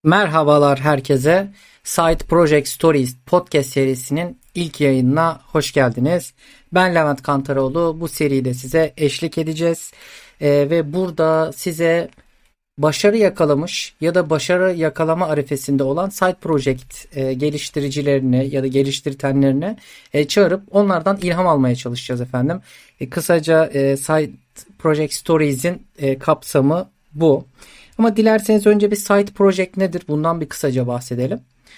Merhabalar herkese. Side Project Stories podcast serisinin ilk yayınına hoş geldiniz. Ben Levent Kantaroğlu. Bu seride size eşlik edeceğiz. Ve burada size başarı yakalamış ya da başarı yakalama arifesinde olan side project geliştiricilerini ya da geliştirtenlerini çağırıp onlardan ilham almaya çalışacağız efendim. Kısaca Side Project Stories'in kapsamı bu. Ama dilerseniz önce bir side project nedir? Bundan bir kısaca bahsedelim.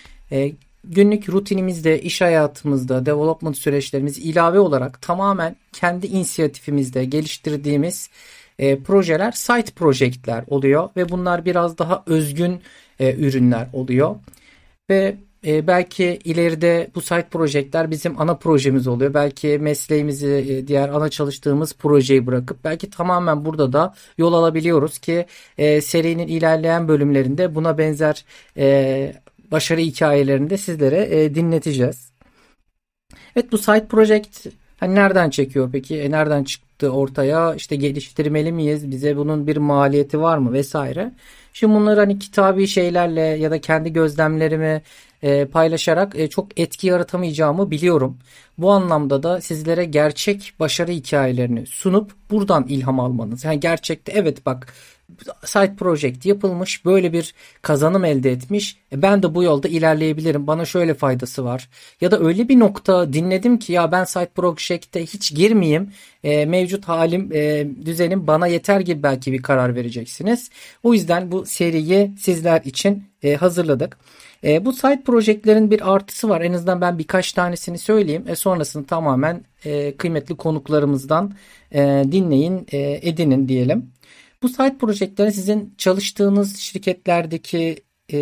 Günlük rutinimizde, iş hayatımızda, development süreçlerimiz ilave olarak tamamen kendi inisiyatifimizde geliştirdiğimiz projeler side projectler oluyor ve bunlar biraz daha özgün ürünler oluyor. Ve belki ileride bu side projectler bizim ana projemiz oluyor. Belki mesleğimizi, diğer ana çalıştığımız projeyi bırakıp belki tamamen burada da yol alabiliyoruz ki serinin ilerleyen bölümlerinde buna benzer başarı hikayelerini de sizlere dinleteceğiz. Evet, bu side project hani nereden çekiyor peki? Nereden çıktı ortaya? İşte geliştirmeli miyiz? Bize bunun bir maliyeti var mı vesaire? Şimdi bunları hani kitabi şeylerle ya da kendi gözlemlerimi paylaşarak çok etki yaratamayacağımı biliyorum. Bu anlamda da sizlere gerçek başarı hikayelerini sunup buradan ilham almanız. Yani gerçekte evet bak side project yapılmış, böyle bir kazanım elde etmiş. Ben de bu yolda ilerleyebilirim. Bana şöyle faydası var. Ya da öyle bir nokta dinledim ki ya ben side project'te hiç girmeyeyim. Mevcut halim, düzenim bana yeter gibi belki bir karar vereceksiniz. O yüzden bu seriyi sizler için hazırladık. Bu side project'lerin bir artısı var. En azından ben birkaç tanesini söyleyeyim. Sonrasını tamamen kıymetli konuklarımızdan dinleyin, edinin diyelim. Bu side project'lerin sizin çalıştığınız şirketlerdeki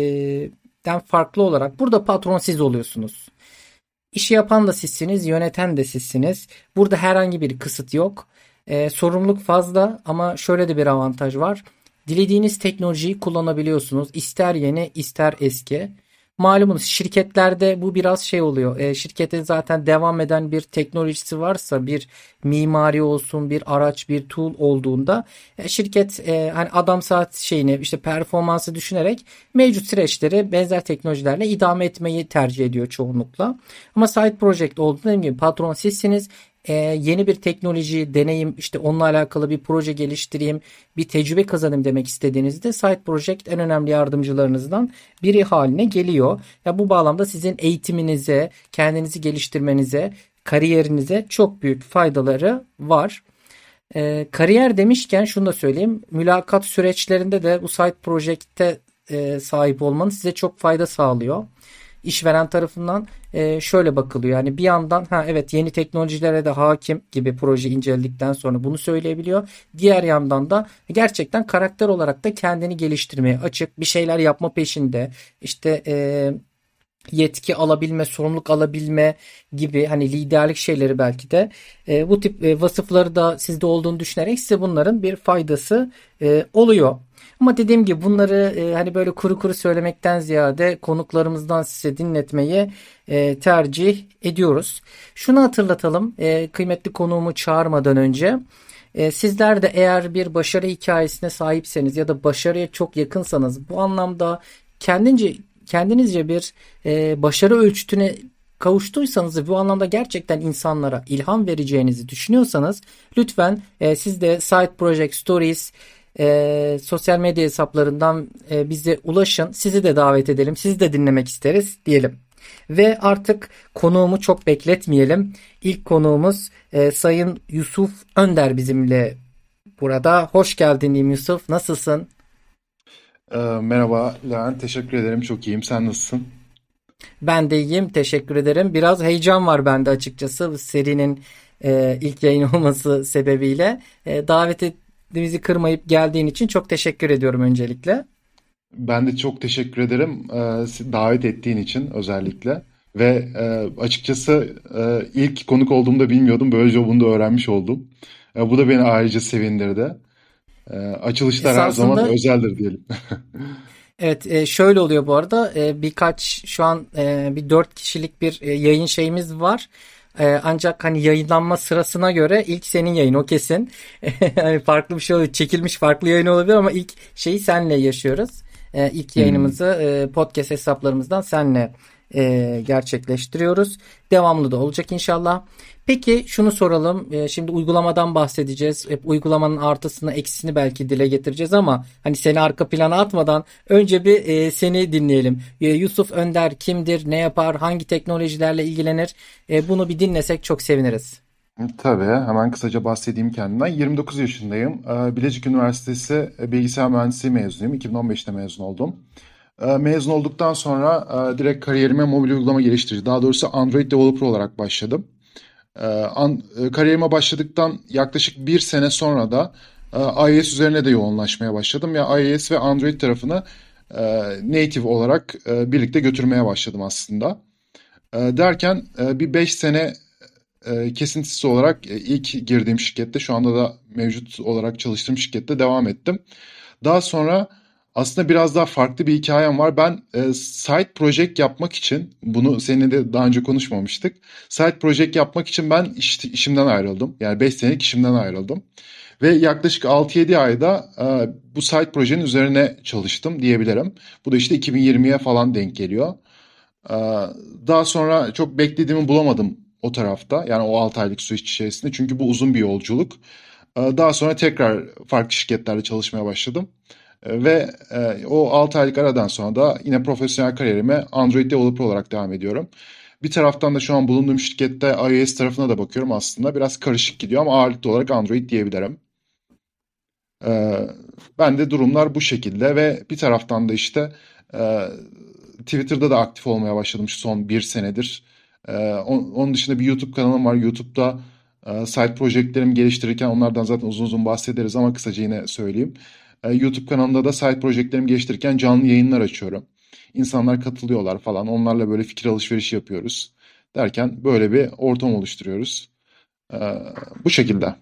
den farklı olarak burada patron siz oluyorsunuz. İşi yapan da sizsiniz, yöneten de sizsiniz. Burada herhangi bir kısıt yok. Sorumluluk fazla ama şöyle de bir avantaj var. Dilediğiniz teknolojiyi kullanabiliyorsunuz. İster yeni, ister eski. Malumunuz şirketlerde bu biraz şey oluyor. Şirketin zaten devam eden bir teknolojisi varsa, bir mimari olsun, bir araç, bir tool olduğunda şirket hani adam saat şeyini işte performansı düşünerek mevcut süreçleri benzer teknolojilerle idame etmeyi tercih ediyor çoğunlukla. Ama side project olduğunda dediğim gibi patron sizsiniz. Yeni bir teknoloji, deneyim, işte onunla alakalı bir proje geliştireyim, bir tecrübe kazanayım demek istediğinizde side project en önemli yardımcılarınızdan biri haline geliyor. Ya bu bağlamda sizin eğitiminize, kendinizi geliştirmenize, kariyerinize çok büyük faydaları var. Kariyer demişken şunu da söyleyeyim. Mülakat süreçlerinde de bu side project'te sahip olmanız size çok fayda sağlıyor. İşveren tarafından şöyle bakılıyor. Yani bir yandan evet yeni teknolojilere de hakim gibi proje inceledikten sonra bunu söyleyebiliyor. Diğer yandan da gerçekten karakter olarak da kendini geliştirmeye açık, bir şeyler yapma peşinde. İşte yetki alabilme, sorumluluk alabilme gibi hani liderlik şeyleri belki de bu tip vasıfları da sizde olduğunu düşünerek size bunların bir faydası oluyor. Ama dediğim gibi bunları hani böyle kuru kuru söylemekten ziyade konuklarımızdan size dinletmeyi tercih ediyoruz. Şunu hatırlatalım, kıymetli konuğumu çağırmadan önce. Sizler de eğer bir başarı hikayesine sahipseniz ya da başarıya çok yakınsanız, bu anlamda kendinizce bir başarı ölçütüne kavuştuysanız ve bu anlamda gerçekten insanlara ilham vereceğinizi düşünüyorsanız lütfen siz de Side Project Stories sosyal medya hesaplarından bize ulaşın. Sizi de davet edelim. Sizi de dinlemek isteriz diyelim. Ve artık konuğumu çok bekletmeyelim. İlk konuğumuz Sayın Yusuf Önder bizimle burada. Hoş geldin Yusuf. Nasılsın? Merhaba Levent, teşekkür ederim. Çok iyiyim. Sen nasılsın? Ben de iyiyim. Teşekkür ederim. Biraz heyecan var bende açıkçası. Bu serinin ilk yayın olması sebebiyle. Davet ettiğimizi kırmayıp geldiğin için çok teşekkür ediyorum öncelikle. Ben de çok teşekkür ederim davet ettiğin için özellikle. Ve açıkçası ilk konuk olduğumu da bilmiyordum. Böylece bunu da öğrenmiş oldum. Bu da beni ayrıca sevindirdi. Açılışlar her zaman Esasında özeldir diyelim. evet, şöyle oluyor bu arada. Birkaç şu an bir 4 kişilik bir yayın şeyimiz var. Ancak hani yayınlanma sırasına göre ilk senin yayın o kesin. Hani farklı bir şey oluyor. Çekilmiş farklı yayın olabilir ama ilk şeyi senle yaşıyoruz. İlk Hmm. yayınımızı podcast hesaplarımızdan seninle gerçekleştiriyoruz. Devamlı da olacak inşallah. Peki şunu soralım. Şimdi uygulamadan bahsedeceğiz. Hep uygulamanın artısını, eksisini belki dile getireceğiz ama hani seni arka plana atmadan önce bir seni dinleyelim. Yusuf Önder kimdir, ne yapar, hangi teknolojilerle ilgilenir? Bunu bir dinlesek çok seviniriz. Tabii, hemen kısaca bahsedeyim kendimden. 29 yaşındayım. Bilecik Üniversitesi Bilgisayar Mühendisliği mezunuyum. 2015'te mezun oldum. Mezun olduktan sonra direkt kariyerime mobil uygulama geliştirici, daha doğrusu Android developer olarak başladım. Kariyerime başladıktan yaklaşık bir sene sonra da iOS üzerine de yoğunlaşmaya başladım. Ya iOS ve Android tarafını native olarak birlikte götürmeye başladım aslında. Derken bir 5 sene kesintisiz olarak ilk girdiğim şirkette, şu anda da mevcut olarak çalıştığım şirkette devam ettim. Daha sonra aslında biraz daha farklı bir hikayem var. Ben side project yapmak için, bunu seninle de daha önce konuşmamıştık. Side project yapmak için ben işimden ayrıldım. Yani 5 senelik işimden ayrıldım. Ve yaklaşık 6-7 ayda bu side projenin üzerine çalıştım diyebilirim. Bu da işte 2020'ye falan denk geliyor. Ee, Daha sonra çok beklediğimi bulamadım o tarafta. Yani o 6 aylık süreç içerisinde. Çünkü bu uzun bir yolculuk. Daha sonra tekrar farklı şirketlerde çalışmaya başladım. Ve o 6 aylık aradan sonra da yine profesyonel kariyerime Android developer olarak devam ediyorum. Bir taraftan da şu an bulunduğum şirkette iOS tarafına da bakıyorum aslında. Biraz karışık gidiyor ama ağırlıklı olarak Android diyebilirim. Ee, Ben de durumlar bu şekilde ve bir taraftan da işte e, Twitter'da da aktif olmaya başladım şu son bir senedir. Onun dışında bir YouTube kanalım var. YouTube'da side projelerimi geliştirirken onlardan zaten uzun uzun bahsederiz ama kısaca yine söyleyeyim. YouTube kanalımda da side projelerimi geliştirirken canlı yayınlar açıyorum. İnsanlar katılıyorlar falan. Onlarla böyle fikir alışverişi yapıyoruz. Derken böyle bir ortam oluşturuyoruz. Ee, Bu şekilde.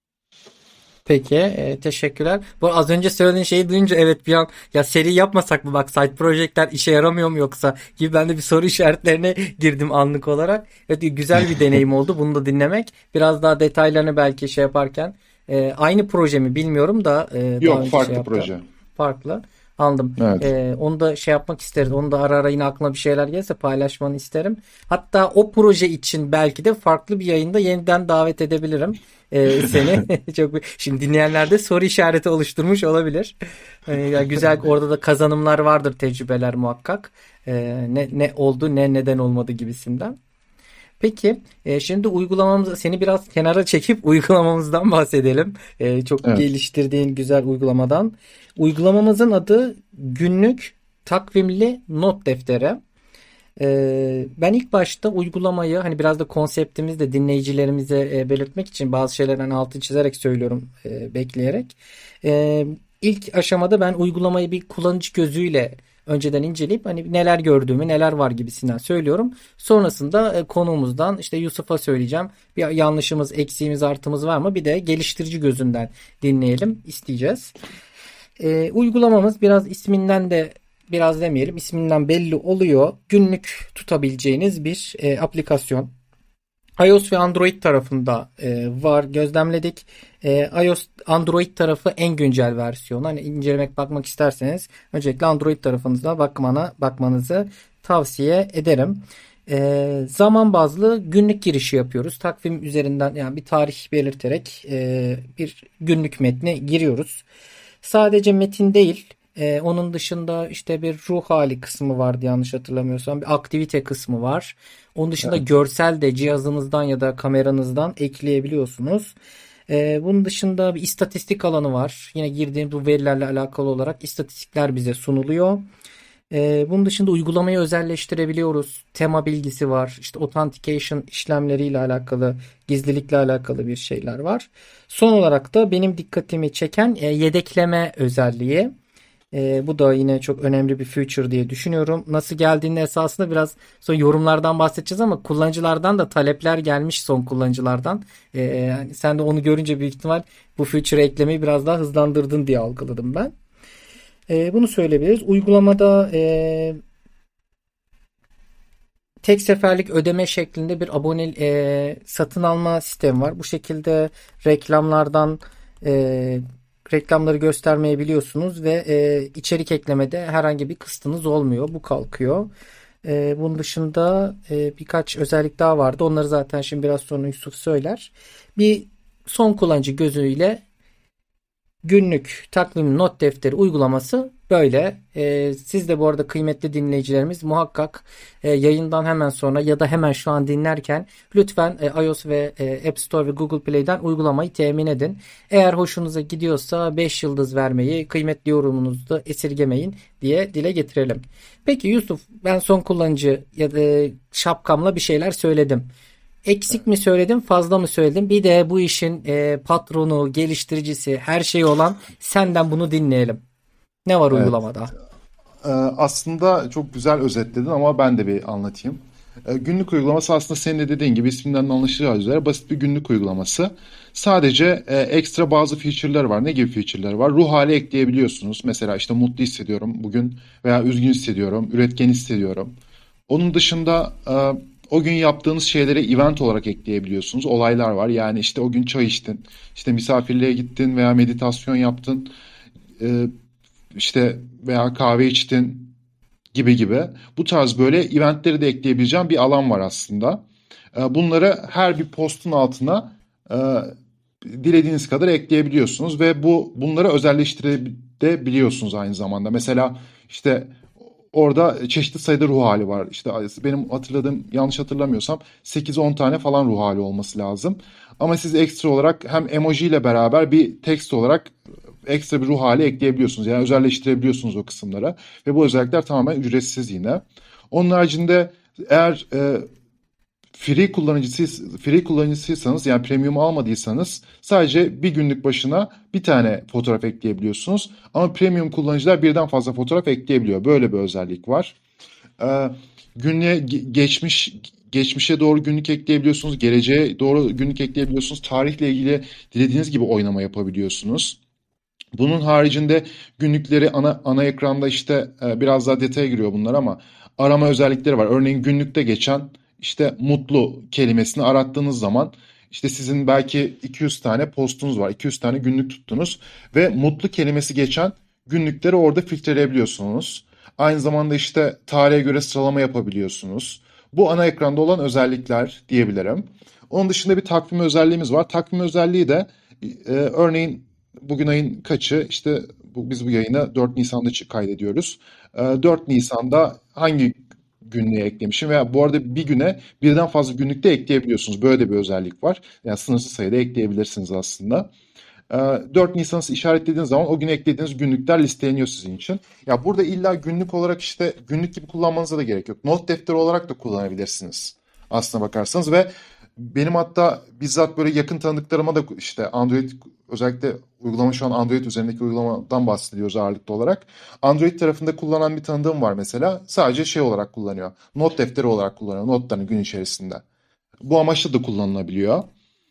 Peki, teşekkürler. Bu az önce söylediğin şeyi duyunca evet bir an ya seri yapmasak mı bak side projectler işe yaramıyor mu yoksa gibi ben de bir soru işaretlerine girdim anlık olarak. Evet, güzel bir deneyim oldu bunu da dinlemek. Biraz daha detaylarını belki şey yaparken aynı proje mi bilmiyorum da daha Yok, önce şey farklı yaptı. proje. Farklı. Anladım. Evet. Onu da şey yapmak isteriz. Onu da ara ara yine aklına bir şeyler gelirse paylaşmanı isterim. Hatta o proje için belki de farklı bir yayında yeniden davet edebilirim seni. Şimdi dinleyenler de soru işareti oluşturmuş olabilir. Ya güzel orada da kazanımlar vardır, tecrübeler muhakkak. Ne oldu ne neden olmadı gibisinden. Peki, şimdi uygulamamız seni biraz kenara çekip uygulamamızdan bahsedelim. Çok Evet. geliştirdiğin güzel uygulamadan. Uygulamamızın adı Günlük Takvimli Not Defteri. Ben ilk başta uygulamayı hani biraz da konseptimizi de dinleyicilerimize belirtmek için bazı şeylerin altını çizerek söylüyorum, bekleyerek. E, ilk aşamada ben uygulamayı bir kullanıcı gözüyle önceden inceleyip hani neler gördüğümü, neler var gibisinden söylüyorum. Sonrasında konuğumuzdan işte Yusuf'a söyleyeceğim. Bir yanlışımız, eksiğimiz, artımız var mı? Bir de geliştirici gözünden dinleyelim isteyeceğiz. Uygulamamız biraz isminden de biraz demeyelim isminden belli oluyor. Günlük tutabileceğiniz bir aplikasyon. iOS ve Android tarafında var, gözlemledik. iOS Android tarafı en güncel versiyonu. Hani incelemek bakmak isterseniz öncelikle Android tarafınıza bakmanızı tavsiye ederim. Zaman bazlı günlük girişi yapıyoruz. Takvim üzerinden yani bir tarih belirterek bir günlük metni giriyoruz. Sadece metin değil, onun dışında işte bir ruh hali kısmı vardı yanlış hatırlamıyorsam. Bir aktivite kısmı var. Onun dışında Evet. görsel de cihazınızdan ya da kameranızdan ekleyebiliyorsunuz. Bunun dışında bir istatistik alanı var. Yine girdiğimiz bu verilerle alakalı olarak istatistikler bize sunuluyor. Bunun dışında uygulamayı özelleştirebiliyoruz. Tema bilgisi var. İşte authentication işlemleriyle alakalı, gizlilikle alakalı bir şeyler var. Son olarak da benim dikkatimi çeken yedekleme özelliği. Bu da yine çok önemli bir feature diye düşünüyorum. Nasıl geldiğini esasında biraz sonra yorumlardan bahsedeceğiz ama kullanıcılardan da talepler gelmiş, son kullanıcılardan. Yani sen de onu görünce büyük ihtimal bu feature'ı eklemeyi biraz daha hızlandırdın diye algıladım ben. Bunu söyleyebiliriz. Uygulamada tek seferlik ödeme şeklinde bir abone satın alma sistemi var. Bu şekilde reklamlardan e, reklamları göstermeyebiliyorsunuz ve içerik eklemede herhangi bir kısıtınız olmuyor. Bu kalkıyor. Bunun dışında birkaç özellik daha vardı. Onları zaten şimdi biraz sonra Yusuf söyler. Bir son kullanıcı gözüyle günlük takvim not defteri uygulaması böyle. Siz de bu arada kıymetli dinleyicilerimiz muhakkak yayından hemen sonra ya da hemen şu an dinlerken lütfen iOS ve App Store ve Google Play'den uygulamayı temin edin. Eğer hoşunuza gidiyorsa 5 yıldız vermeyi, kıymetli yorumunuzu da esirgemeyin diye dile getirelim. Peki Yusuf, ben son kullanıcı ya da şapkamla bir şeyler söyledim. Eksik mi söyledim, fazla mı söyledim? Bir de bu işin patronu, geliştiricisi, her şeyi olan senden bunu dinleyelim. Ne var Evet. uygulamada? Aslında çok güzel özetledin ama ben de bir anlatayım. Günlük uygulaması aslında senin de dediğin gibi isminden anlaşılacağı üzere basit bir günlük uygulaması. Sadece ekstra bazı feature'lar var. Ne gibi feature'lar var? Ruh hali ekleyebiliyorsunuz. Mesela işte mutlu hissediyorum bugün veya üzgün hissediyorum, üretken hissediyorum. Onun dışında o gün yaptığınız şeyleri event olarak ekleyebiliyorsunuz. Olaylar var. Yani işte o gün çay içtin, işte misafirliğe gittin veya meditasyon yaptın. E, işte veya kahve içtin gibi gibi. Bu tarz böyle eventleri de ekleyebileceğim bir alan var aslında. Bunları her bir postun altına e, dilediğiniz kadar ekleyebiliyorsunuz ve bunları özelleştirebiliyorsunuz aynı zamanda. Mesela işte orada çeşitli sayıda ruh hali var. İşte benim hatırladığım, yanlış hatırlamıyorsam 8-10 tane falan ruh hali olması lazım. Ama siz ekstra olarak hem emoji ile beraber bir tekst olarak ekstra bir ruh hali ekleyebiliyorsunuz. Yani özelleştirebiliyorsunuz o kısımlara. Ve bu özellikler tamamen ücretsiz yine. Onun haricinde eğer free kullanıcısıysanız yani premium almadıysanız sadece bir günlük başına bir tane fotoğraf ekleyebiliyorsunuz. Ama premium kullanıcılar birden fazla fotoğraf ekleyebiliyor. Böyle bir özellik var. Ee, günlüğe geçmişe doğru günlük ekleyebiliyorsunuz. Geleceğe doğru günlük ekleyebiliyorsunuz. Tarihle ilgili dilediğiniz gibi oynama yapabiliyorsunuz. Bunun haricinde günlükleri ana ekranda işte biraz daha detaya giriyor bunlar ama arama özellikleri var. Örneğin günlükte geçen işte mutlu kelimesini arattığınız zaman işte sizin belki 200 tane postunuz var. 200 tane günlük tuttunuz ve mutlu kelimesi geçen günlükleri orada filtreleyebiliyorsunuz. Aynı zamanda işte tarihe göre sıralama yapabiliyorsunuz. Bu ana ekranda olan özellikler diyebilirim. Onun dışında bir takvim özelliğimiz var. Takvim özelliği de örneğin bugün ayın kaçı? İşte biz bu yayını 4 Nisan'da kaydediyoruz. 4 Nisan'da hangi günlüğe eklemişim veya bu arada bir güne birden fazla günlük de ekleyebiliyorsunuz. Böyle de bir özellik var. Yani sınırsız sayıda ekleyebilirsiniz aslında. 4 Nisan'ı işaretlediğiniz zaman o gün eklediğiniz günlükler listeleniyor sizin için. Ya burada illa günlük olarak işte günlük gibi kullanmanıza da gerek yok. Not defteri olarak da kullanabilirsiniz aslına bakarsanız ve benim hatta bizzat böyle yakın tanıdıklarıma da işte Android özellikle uygulama şu an Android üzerindeki uygulamadan bahsediyoruz ağırlıklı olarak. Android tarafında kullanan bir tanıdığım var mesela. Sadece şey olarak kullanıyor. Not defteri olarak kullanıyor notlarını gün içerisinde. Bu amaçla da kullanılabiliyor.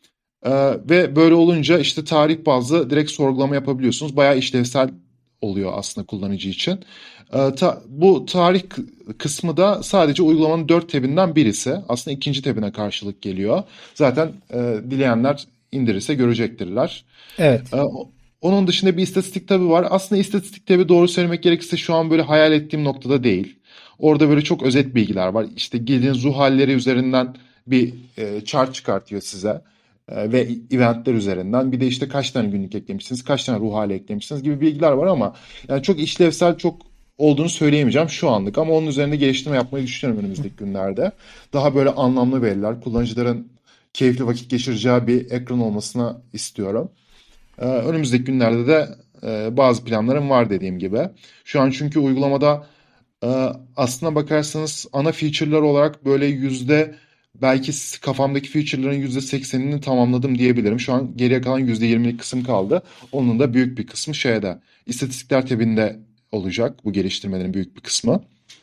Ve böyle olunca işte tarih bazlı direkt sorgulama yapabiliyorsunuz. Bayağı işlevsel oluyor aslında kullanıcı için. Bu tarih kısmı da sadece uygulamanın 4 tabinden birisi. Aslında ikinci tabine karşılık geliyor. Zaten dileyenler indirirse görecektirler. Evet. Onun dışında bir istatistik tabi var. Aslında istatistik tabi doğru söylemek gerekirse şu an böyle hayal ettiğim noktada değil. Orada böyle çok özet bilgiler var. İşte girdiğiniz ruh halleri üzerinden bir chart çıkartıyor size. Ve eventler üzerinden. Bir de işte kaç tane günlük eklemişsiniz, kaç tane ruh hali eklemişsiniz gibi bilgiler var ama yani çok işlevsel çok olduğunu söyleyemeyeceğim şu anlık ama onun üzerinde geliştirme yapmayı düşünüyorum önümüzdeki günlerde. Daha böyle anlamlı veriler, kullanıcıların keyifli vakit geçireceği bir ekran olmasını istiyorum. Önümüzdeki günlerde de bazı planlarım var dediğim gibi. Şu an çünkü uygulamada aslına bakarsanız ana feature'lar olarak böyle belki kafamdaki feature'ların %80'ini tamamladım diyebilirim. Şu an geriye kalan %20'lik kısım kaldı. Onun da büyük bir kısmı şeyde istatistikler tabinde olacak bu geliştirmelerin büyük bir kısmı.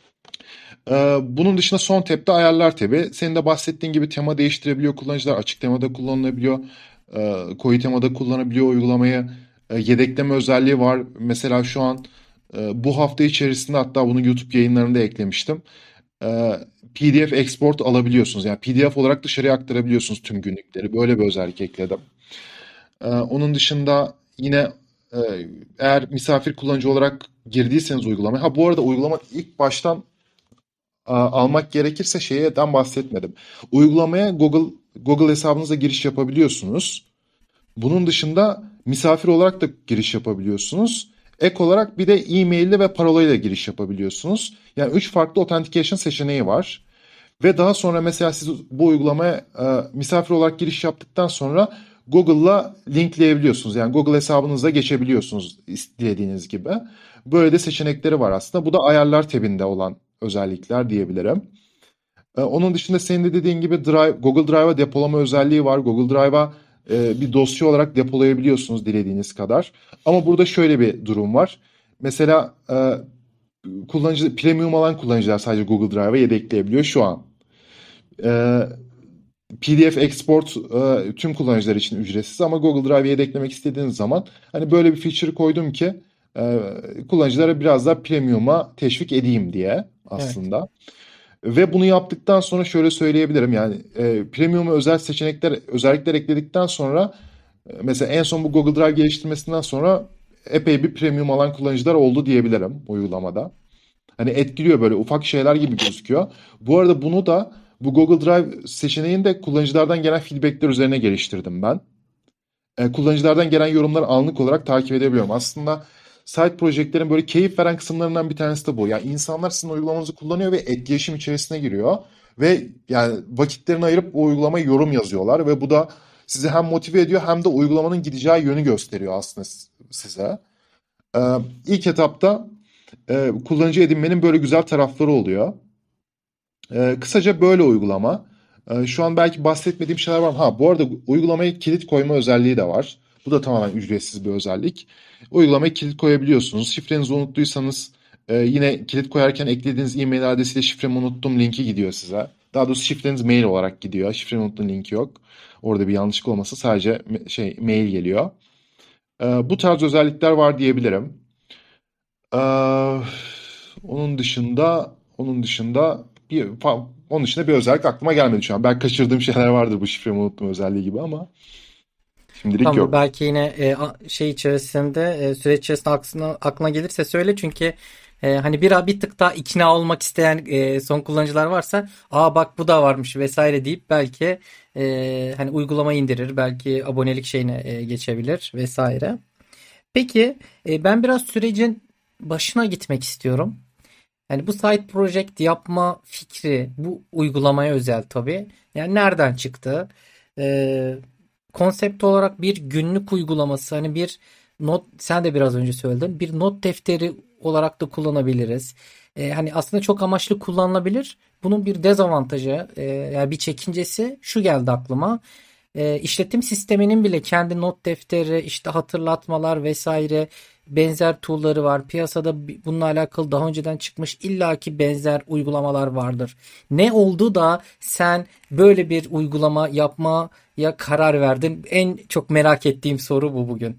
Bunun dışında son tab'de ayarlar tabi. Senin de bahsettiğin gibi tema değiştirebiliyor kullanıcılar. Açık temada kullanılabiliyor. Koyu temada kullanabiliyor uygulamayı. Yedekleme özelliği var. Mesela şu an bu hafta içerisinde hatta bunu YouTube yayınlarında eklemiştim. PDF export alabiliyorsunuz. Yani PDF olarak dışarıya aktarabiliyorsunuz tüm günlükleri. Böyle bir özellik ekledim. Onun dışında yine e, eğer misafir kullanıcı olarak girdiyseniz uygulamaya. Ha bu arada uygulama ilk baştan almak gerekirse şeyden bahsetmedim. Uygulamaya Google hesabınıza giriş yapabiliyorsunuz. Bunun dışında misafir olarak da giriş yapabiliyorsunuz. Ek olarak bir de e-mail'le ve parolayla giriş yapabiliyorsunuz. Yani 3 farklı authentication seçeneği var. Ve daha sonra mesela siz bu uygulamaya misafir olarak giriş yaptıktan sonra Google'la linkleyebiliyorsunuz. Yani Google hesabınıza geçebiliyorsunuz dilediğiniz gibi. Böyle de seçenekleri var aslında. Bu da ayarlar tabinde olan özellikler diyebilirim. Onun dışında senin de dediğin gibi Google Drive'a depolama özelliği var. Google Drive'a bir dosya olarak depolayabiliyorsunuz dilediğiniz kadar. Ama burada şöyle bir durum var. Mesela premium alan kullanıcılar sadece Google Drive'a yedekleyebiliyor şu an. E, PDF export tüm kullanıcılar için ücretsiz ama Google Drive'e yedeklemek istediğiniz zaman hani böyle bir feature koydum ki e, kullanıcılara biraz daha premium'a teşvik edeyim diye Evet. aslında. Ve bunu yaptıktan sonra şöyle söyleyebilirim yani premium'a özel özellikler ekledikten sonra mesela en son bu Google Drive geliştirmesinden sonra epey bir premium alan kullanıcılar oldu diyebilirim uygulamada. Hani etkiliyor böyle ufak şeyler gibi gözüküyor. Bu arada bunu da bu Google Drive seçeneğini de kullanıcılardan gelen feedbackler üzerine geliştirdim ben. Kullanıcılardan gelen yorumları anlık olarak takip edebiliyorum. Aslında side projectlerin böyle keyif veren kısımlarından bir tanesi de bu. Yani insanlar sizin uygulamanızı kullanıyor ve etkileşim içerisine giriyor. Ve yani vakitlerini ayırıp o uygulamaya yorum yazıyorlar. Ve bu da sizi hem motive ediyor hem de uygulamanın gideceği yönü gösteriyor aslında size. İlk etapta kullanıcı edinmenin böyle güzel tarafları oluyor. Kısaca böyle uygulama. Şu an belki bahsetmediğim şeyler var mı? Ha, bu arada uygulamaya kilit koyma özelliği de var. Bu da tamamen ücretsiz bir özellik. Uygulamaya kilit koyabiliyorsunuz. Şifrenizi unuttuysanız yine kilit koyarken eklediğiniz e-mail adresiyle şifremi unuttum linki gidiyor size. Daha doğrusu şifreniz mail olarak gidiyor. Şifremi unuttum linki yok. Orada bir yanlışlık olması sadece mail geliyor. Bu tarz özellikler var diyebilirim. Ee, onun dışında bir özellik aklıma gelmedi şu an. Belki kaçırdığım şeyler vardır bu şifremi unuttum özelliği gibi ama şimdilik Tamam, yok. belki yine şey içerisinde süreç içerisinde aklına gelirse söyle, çünkü hani bir tık daha ikna olmak isteyen son kullanıcılar varsa, aa bak bu da varmış vesaire deyip belki hani uygulama indirir, belki abonelik şeyine geçebilir vesaire. Peki ben biraz sürecin başına gitmek istiyorum. Yani bu side project yapma fikri bu uygulamaya özel tabii. Yani nereden çıktı? Ee, Konsept olarak bir günlük uygulaması, hani bir not, sen de biraz önce söyledin, bir not defteri olarak da kullanabiliriz. Hani aslında çok amaçlı kullanılabilir. Bunun bir dezavantajı, yani bir çekincesi şu geldi aklıma. İşletim sisteminin bile kendi not defteri, işte hatırlatmalar vesaire benzer tool'ları var. Piyasada bununla alakalı daha önceden çıkmış illaki benzer uygulamalar vardır. Ne oldu da sen böyle bir uygulama yapmaya karar verdin? En çok merak ettiğim soru bu bugün.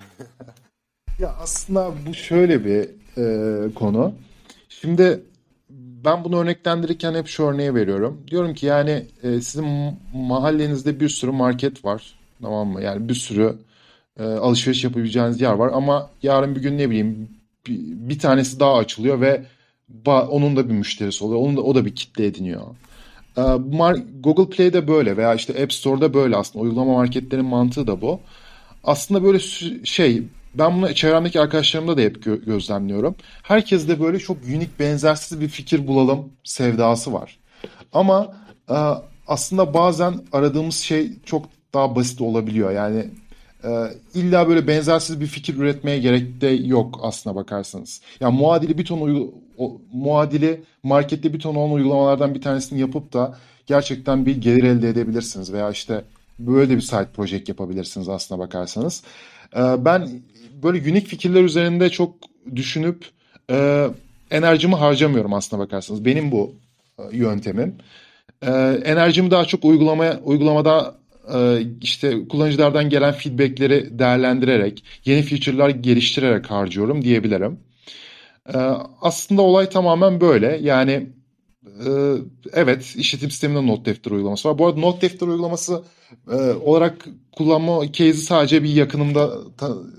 Ya aslında bu şöyle bir konu. Şimdi ben bunu örneklendirirken hep şu örneği veriyorum. Diyorum ki yani sizin mahallenizde bir sürü market var. Tamam mı? Yani bir sürü alışveriş yapabileceğiniz yer var. Ama yarın bir gün ne bileyim bir tanesi daha açılıyor ve onun da bir müşterisi oluyor. O da bir kitle ediniyor. Google Play'de böyle veya işte App Store'da böyle aslında. Uygulama marketlerin mantığı da bu. Aslında böyle ben bunu çevremdeki arkadaşlarımda da hep gözlemliyorum. Herkes de böyle çok unik benzersiz bir fikir bulalım sevdası var. Ama e, aslında bazen aradığımız şey çok daha basit olabiliyor. Yani illa böyle benzersiz bir fikir üretmeye gerek de yok aslına bakarsanız. Yani muadili markette bir ton olan uygulamalardan bir tanesini yapıp da gerçekten bir gelir elde edebilirsiniz veya işte böyle de bir side project yapabilirsiniz aslına bakarsanız. Ben böyle unik fikirler üzerinde çok düşünüp e, enerjimi harcamıyorum aslına bakarsanız. Benim bu yöntemim. Enerjimi daha çok uygulamada işte kullanıcılardan gelen feedbackleri değerlendirerek, yeni feature'lar geliştirerek harcıyorum diyebilirim. Ee, Aslında olay tamamen böyle. Yani e, evet işletim sisteminde not defteri uygulaması var. Bu arada not defteri uygulaması olarak kullanma case'i sadece bir yakınımda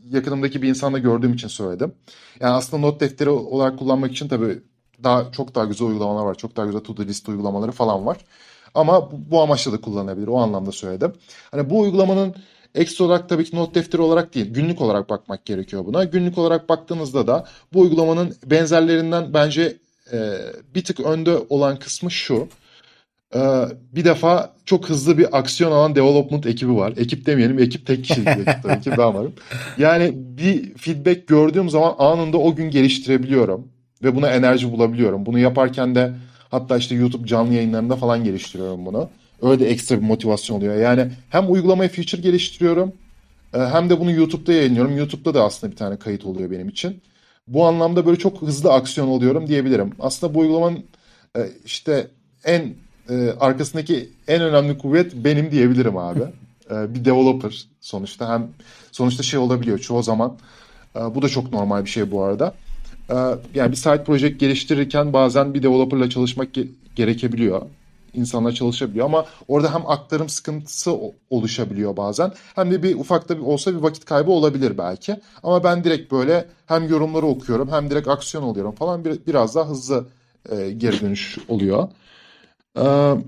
yakınımdaki bir insanla gördüğüm için söyledim. Yani aslında not defteri olarak kullanmak için tabii çok daha güzel uygulamalar var. Çok daha güzel to-do list uygulamaları falan var. Ama bu amaçla da kullanılabilir. O anlamda söyledim. Hani bu uygulamanın ekstra olarak tabii ki not defteri olarak değil, günlük olarak bakmak gerekiyor buna. Günlük olarak baktığınızda da bu uygulamanın benzerlerinden bence bir tık önde olan kısmı şu. Bir defa çok hızlı bir aksiyon alan development ekibi var. Ekip demeyelim, ekip tek kişilik bir ekip tabii ki, ben varım. Yani bir feedback gördüğüm zaman anında o gün geliştirebiliyorum. Ve buna enerji bulabiliyorum. Bunu yaparken de hatta işte YouTube canlı yayınlarında falan geliştiriyorum bunu. Öyle de ekstra bir motivasyon oluyor. Yani hem uygulamaya feature geliştiriyorum, hem de bunu YouTube'da yayınlıyorum. YouTube'da da aslında bir tane kayıt oluyor benim için. Bu anlamda böyle çok hızlı aksiyon oluyorum diyebilirim. Aslında bu uygulamanın işte arkasındaki en önemli kuvvet benim diyebilirim abi. Bir developer sonuçta, hem sonuçta şey olabiliyor çoğu zaman. Bu da çok normal bir şey bu arada. E, Yani bir side project geliştirirken bazen bir developerla çalışmak gerekebiliyor. İnsanlar çalışabiliyor ama orada hem aktarım sıkıntısı oluşabiliyor bazen. Hem de bir ufak da olsa bir vakit kaybı olabilir belki. Ama ben direkt böyle hem yorumları okuyorum hem direkt aksiyon alıyorum falan, biraz daha hızlı geri dönüş oluyor. Ee,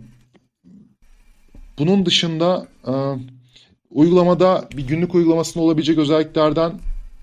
Bunun dışında uygulamada bir günlük uygulamasında olabilecek özelliklerden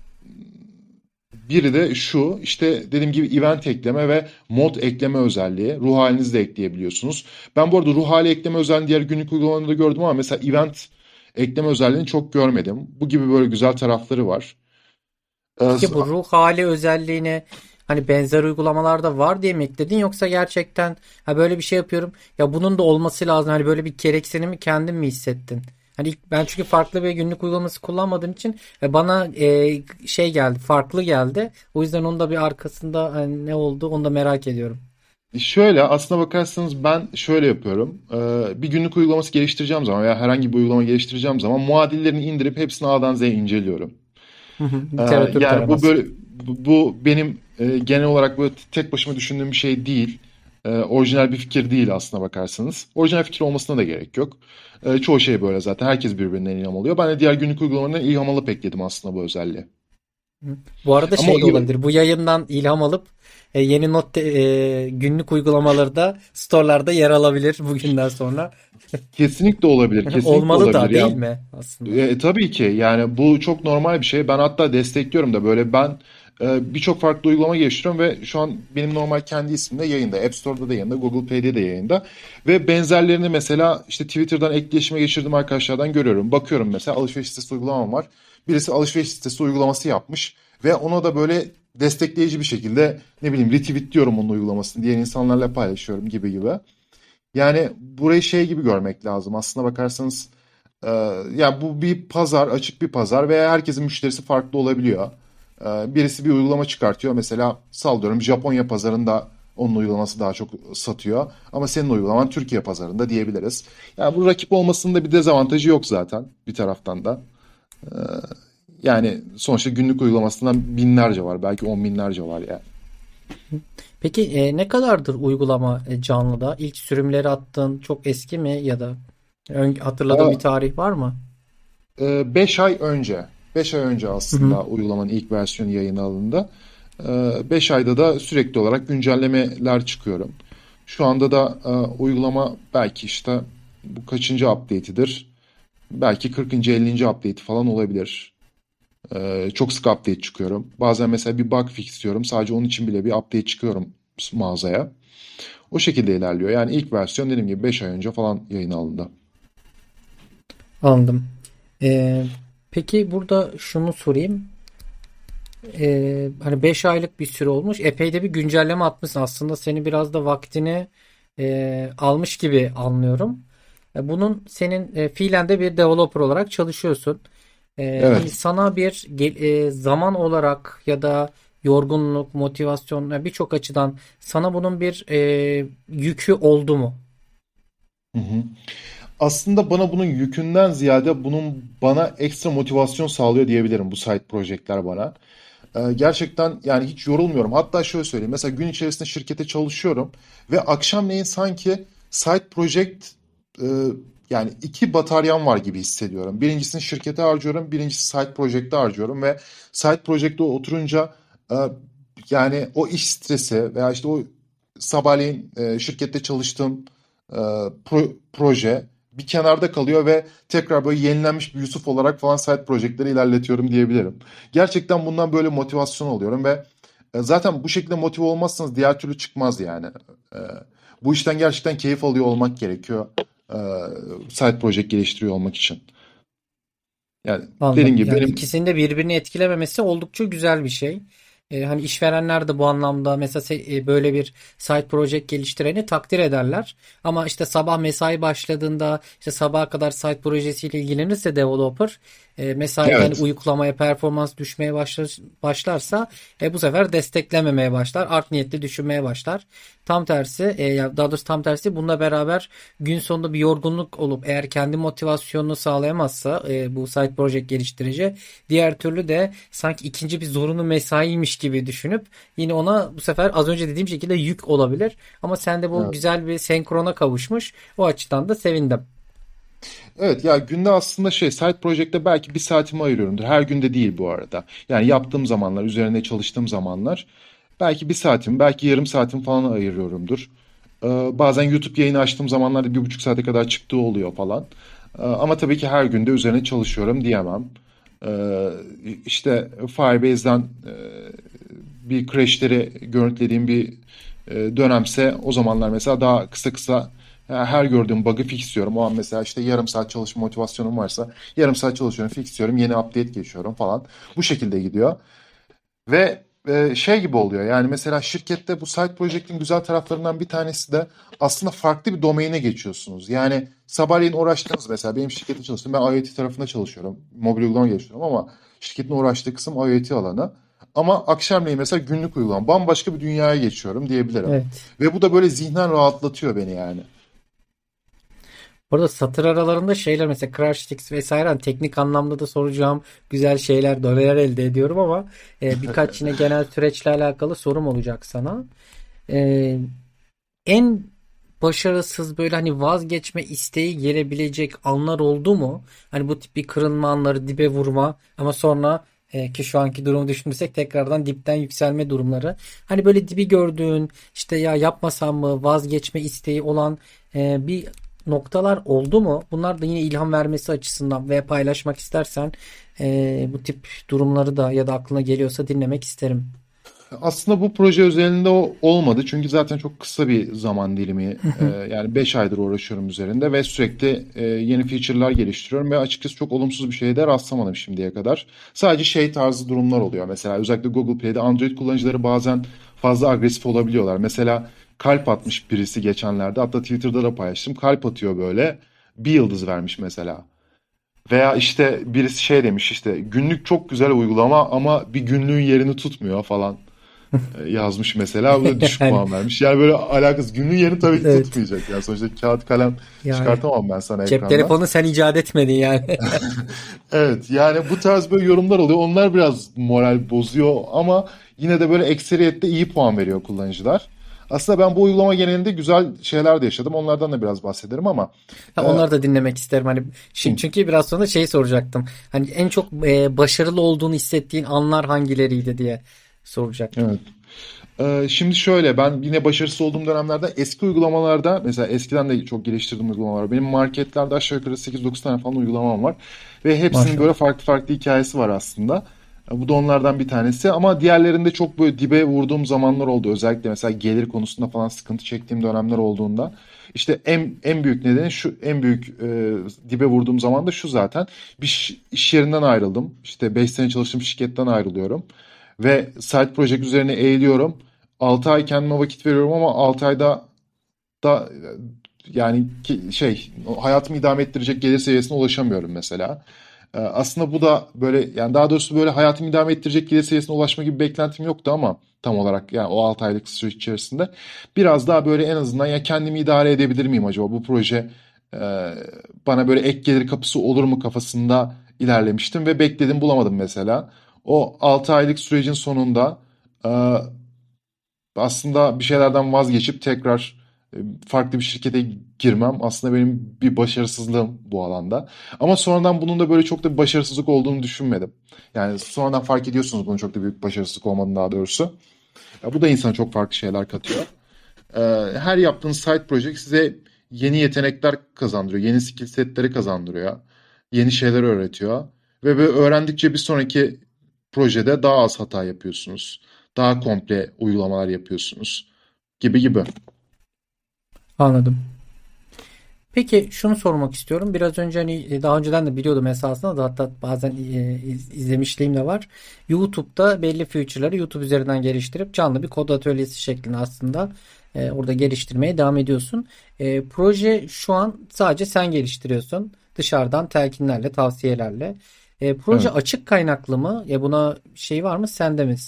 biri de şu. İşte dediğim gibi event ekleme ve mod ekleme özelliği. Ruh halinizi de ekleyebiliyorsunuz. Ben bu arada ruh hali ekleme özelliğini diğer günlük uygulamalarda gördüm ama mesela event ekleme özelliğini çok görmedim. Bu gibi böyle güzel tarafları var. Ee, Peki bu ruh hali özelliğini hani benzer uygulamalarda var diye mi ekledin, yoksa gerçekten ha böyle bir şey yapıyorum ya bunun da olması lazım, hani böyle bir gereksinimi kendin mi hissettin? Hani ben çünkü farklı bir günlük uygulaması kullanmadığım için bana şey geldi, farklı geldi. O yüzden onun da bir arkasında hani ne oldu onu da merak ediyorum. Şöyle aslına bakarsanız ben şöyle yapıyorum. Bir günlük uygulaması geliştireceğim zaman veya herhangi bir uygulama geliştireceğim zaman muadillerini indirip hepsini A'dan Z'ye inceliyorum. Hı hı, literatür Yani bu taraması. böyle, bu benim genel olarak böyle tek başıma düşündüğüm bir şey değil. Orijinal bir fikir değil aslına bakarsanız. Orijinal fikir olmasına da gerek yok. Çoğu şey böyle zaten. Herkes birbirinden ilham alıyor. Ben de diğer günlük uygulamalarından ilham alıp ekledim aslında bu özelliği. Hı. Bu arada Ama şey de olabilir. Bu yayından ilham alıp yeni günlük uygulamaları da store'larda yer alabilir bugünden sonra. kesinlikle olabilir. Kesinlikle Olmalı olabilir da ya. değil mi aslında? Tabii ki yani bu çok normal bir şey. Ben hatta destekliyorum da, böyle ben birçok farklı uygulama geliştiriyorum ve şu an benim normal kendi ismimde yayında. App Store'da da yayında, Google Play'de de yayında. Ve benzerlerini mesela işte Twitter'dan etkileşime geçirdiğim arkadaşlardan görüyorum. Bakıyorum mesela alışveriş sitesi uygulamam var. Birisi alışveriş sitesi uygulaması yapmış ve ona da böyle destekleyici bir şekilde ne bileyim retweet diyorum onun uygulamasını. Diğer insanlarla paylaşıyorum gibi gibi. Yani burayı şey gibi görmek lazım. Aslına bakarsanız e, ya bu bir pazar, açık bir pazar ve herkesin müşterisi farklı olabiliyor. Birisi bir uygulama çıkartıyor. Mesela sallıyorum Japonya pazarında onun uygulaması daha çok satıyor. Ama senin uygulaman Türkiye pazarında diyebiliriz. Yani bu rakip olmasının da bir dezavantajı yok zaten bir taraftan da. Yani sonuçta günlük uygulamasından binlerce var. Belki on binlerce var yani. Peki ne kadardır uygulama canlıda? İlk sürümleri attığın çok eski mi, ya da hatırladığın bir tarih var mı? 5 ay önce. 5 ay önce Hı hı. aslında uygulamanın ilk versiyonu yayına alındı. 5 ayda da sürekli olarak güncellemeler çıkıyorum. Şu anda da uygulama belki işte bu kaçıncı update'idir? Belki 40. 50. update'i falan olabilir. Çok sık update çıkıyorum. Bazen mesela bir bug fix diyorum. Sadece onun için bile bir update çıkıyorum mağazaya. O şekilde ilerliyor. Yani ilk versiyon dediğim gibi 5 ay önce falan yayına alındı. Anladım. E, peki burada şunu sorayım. Hani 5 aylık bir süre olmuş. Epey de bir güncelleme atmışsın. Aslında seni biraz da vaktini almış gibi anlıyorum. Bunun senin fiilen de bir developer olarak çalışıyorsun. Hani Evet. sana bir zaman olarak ya da yorgunluk, motivasyon, birçok açıdan sana bunun bir yükü oldu mu? Hı hı. Aslında bana bunun yükünden ziyade bunun bana ekstra motivasyon sağlıyor diyebilirim, bu side project'ler bana. Gerçekten yani hiç yorulmuyorum. Hatta şöyle söyleyeyim. Mesela gün içerisinde şirkete çalışıyorum ve akşamleyin sanki side project e, yani iki bataryam var gibi hissediyorum. Birincisini şirkete harcıyorum, birincisi side project'te harcıyorum ve side project'te oturunca e, yani o iş stresi veya işte o sabahleyin şirkette çalıştığım e, proje bir kenarda kalıyor ve tekrar böyle yenilenmiş bir Yusuf olarak falan side project'leri ilerletiyorum diyebilirim. Gerçekten bundan böyle motivasyon alıyorum ve zaten bu şekilde motive olmazsanız diğer türlü çıkmaz yani. E, Bu işten gerçekten keyif alıyor olmak gerekiyor. e, Side project geliştiriyor olmak için. Yani dediğim Anladım. gibi Yani benim. ikisinin de birbirini etkilememesi oldukça güzel bir şey. Hani işverenler de bu anlamda mesela böyle bir side project geliştireni takdir ederler. Ama işte sabah mesai başladığında işte sabaha kadar side projesiyle ilgilenirse developer mesaide hani Evet. uyuklamaya performans düşmeye başlarsa bu sefer desteklememeye başlar. Art niyetli düşünmeye başlar. Tam tersi ya daha doğrusu tam tersi bununla beraber gün sonunda bir yorgunluk olup eğer kendi motivasyonunu sağlayamazsa bu side project geliştirici diğer türlü de sanki ikinci bir zorunlu mesaiymiş gibi düşünüp yine ona bu sefer az önce dediğim şekilde yük olabilir. Ama sen de bu Evet. güzel bir senkrona kavuşmuş. O açıdan da sevindim. Evet ya günde aslında side project'te belki bir saatimi ayırıyorumdur. Her günde değil bu arada. Yani yaptığım zamanlar, üzerine çalıştığım zamanlar belki bir saatim, belki yarım saatim falan ayırıyorumdur. Bazen YouTube yayını açtığım zamanlarda 1,5 saate kadar çıktığı oluyor falan. Ama tabii ki her günde üzerine çalışıyorum diyemem. Ee, işte Firebase'den bir crashleri görüntülediğim bir dönemse o zamanlar mesela daha kısa kısa her gördüğüm bug'ı fixliyorum. O an mesela işte yarım saat çalışma motivasyonum varsa yarım saat çalışıyorum, fixliyorum, yeni update geçiyorum falan. Bu şekilde gidiyor. Ve şey gibi oluyor yani mesela şirkette bu side project'in güzel taraflarından bir tanesi de aslında farklı bir domaine geçiyorsunuz. Yani sabahleyin uğraştığınız mesela benim şirkette çalıştım. Ben IoT tarafında çalışıyorum. Mobil uygulama geliştiriyorum ama şirketin uğraştığı kısım IoT alanı. Ama akşamleyin mesela günlük uygulama. Bambaşka bir dünyaya geçiyorum diyebilirim. Evet. Ve bu da böyle zihnen rahatlatıyor beni yani. Burada satır aralarında şeyler mesela Crashlytics vesaire hani teknik anlamda da soracağım güzel şeyler, doneler elde ediyorum ama birkaç yine genel süreçle alakalı sorum olacak sana. E, En başarısız böyle hani vazgeçme isteği gelebilecek anlar oldu mu? Hani bu tip bir kırılma anları, dibe vurma ama sonra ki şu anki durumu düşünürsek tekrardan dipten yükselme durumları. Hani böyle dibi gördüğün işte ya yapmasam mı vazgeçme isteği olan bir noktalar oldu mu? Bunlar da yine ilham vermesi açısından veya paylaşmak istersen bu tip durumları da ya da aklına geliyorsa dinlemek isterim. Aslında bu proje özelinde o olmadı. Çünkü zaten çok kısa bir zaman dilimi. Yani 5 aydır uğraşıyorum üzerinde ve sürekli yeni feature'lar geliştiriyorum ve açıkçası çok olumsuz bir şeye de rastlamadım şimdiye kadar. Sadece şey tarzı durumlar oluyor. Mesela özellikle Google Play'de Android kullanıcıları bazen fazla agresif olabiliyorlar. Mesela kalp atmış birisi geçenlerde. Hatta Twitter'da da paylaştım. Kalp atıyor böyle. Bir yıldız vermiş mesela. Veya işte birisi şey demiş işte günlük çok güzel uygulama ama bir günlüğün yerini tutmuyor falan yazmış mesela. Bu da düşük Yani puan vermiş. Yani böyle alakası günlüğün yerini tabii ki evet. tutmayacak. Yani sonuçta kağıt kalem Yani çıkartamam ben sana cep ekrandan. telefonu sen icat etmedin yani. Evet yani bu tarz böyle yorumlar oluyor. Onlar biraz moral bozuyor ama yine de böyle ekseriyette iyi puan veriyor kullanıcılar. Aslında ben bu uygulama genelinde güzel şeyler de yaşadım. Onlardan da biraz bahsederim ama Ha, e, onları da dinlemek isterim. Hani çünkü biraz sonra şeyi soracaktım. Hani en çok başarılı olduğunu hissettiğin anlar hangileriydi diye soracaktım. evet. Şimdi şöyle ben yine başarısız olduğum dönemlerde eski uygulamalarda mesela eskiden de çok geliştirdiğim uygulamalar var. Benim marketlerde aşağı yukarı 8-9 tane falan uygulamam var. Ve hepsinin böyle Maşallah. farklı farklı hikayesi var aslında. Bu da onlardan bir tanesi ama diğerlerinde çok böyle dibe vurduğum zamanlar oldu. Özellikle mesela gelir konusunda falan sıkıntı çektiğim dönemler olduğunda. İşte en büyük nedeni şu en büyük dibe vurduğum zaman da şu zaten. Bir iş yerinden ayrıldım. İşte 5 sene çalıştığım şirketten ayrılıyorum. Ve side project üzerine eğiliyorum. 6 ay kendime vakit veriyorum ama 6 ayda da yani hayatımı idame ettirecek gelir seviyesine ulaşamıyorum mesela. Aslında bu da böyle yani daha doğrusu böyle hayatımı idame ettirecek gelir seviyesine ulaşma gibi bir beklentim yoktu ama tam olarak yani o 6 aylık süreç içerisinde biraz daha böyle en azından ya kendimi idare edebilir miyim acaba bu proje e, bana böyle ek gelir kapısı olur mu kafasında ilerlemiştim ve bekledim bulamadım mesela. O 6 aylık sürecin sonunda e, aslında bir şeylerden vazgeçip tekrar farklı bir şirkete girmem aslında benim bir başarısızlığım bu alanda. Ama sonradan bunun da böyle çok da bir başarısızlık olduğunu düşünmedim. Yani sonradan fark ediyorsunuz bunun çok da büyük başarısızlık olmadığını daha doğrusu. Ya bu da insana çok farklı şeyler katıyor. Ee, Her yaptığınız side project size yeni yetenekler kazandırıyor, yeni skill setleri kazandırıyor, yeni şeyler öğretiyor. Ve böyle öğrendikçe bir sonraki projede daha az hata yapıyorsunuz. Daha komple uygulamalar yapıyorsunuz gibi gibi. Anladım. Peki şunu sormak istiyorum. Biraz önce hani daha önceden de biliyordum esasında da hatta bazen izlemişliğim de var. YouTube'da belli feature'ları YouTube üzerinden geliştirip canlı bir kod atölyesi şeklinde aslında orada geliştirmeye devam ediyorsun. Proje şu an sadece sen geliştiriyorsun. Dışarıdan telkinlerle, tavsiyelerle. Proje Evet. açık kaynaklı mı? Buna şey var mı? Sende mi?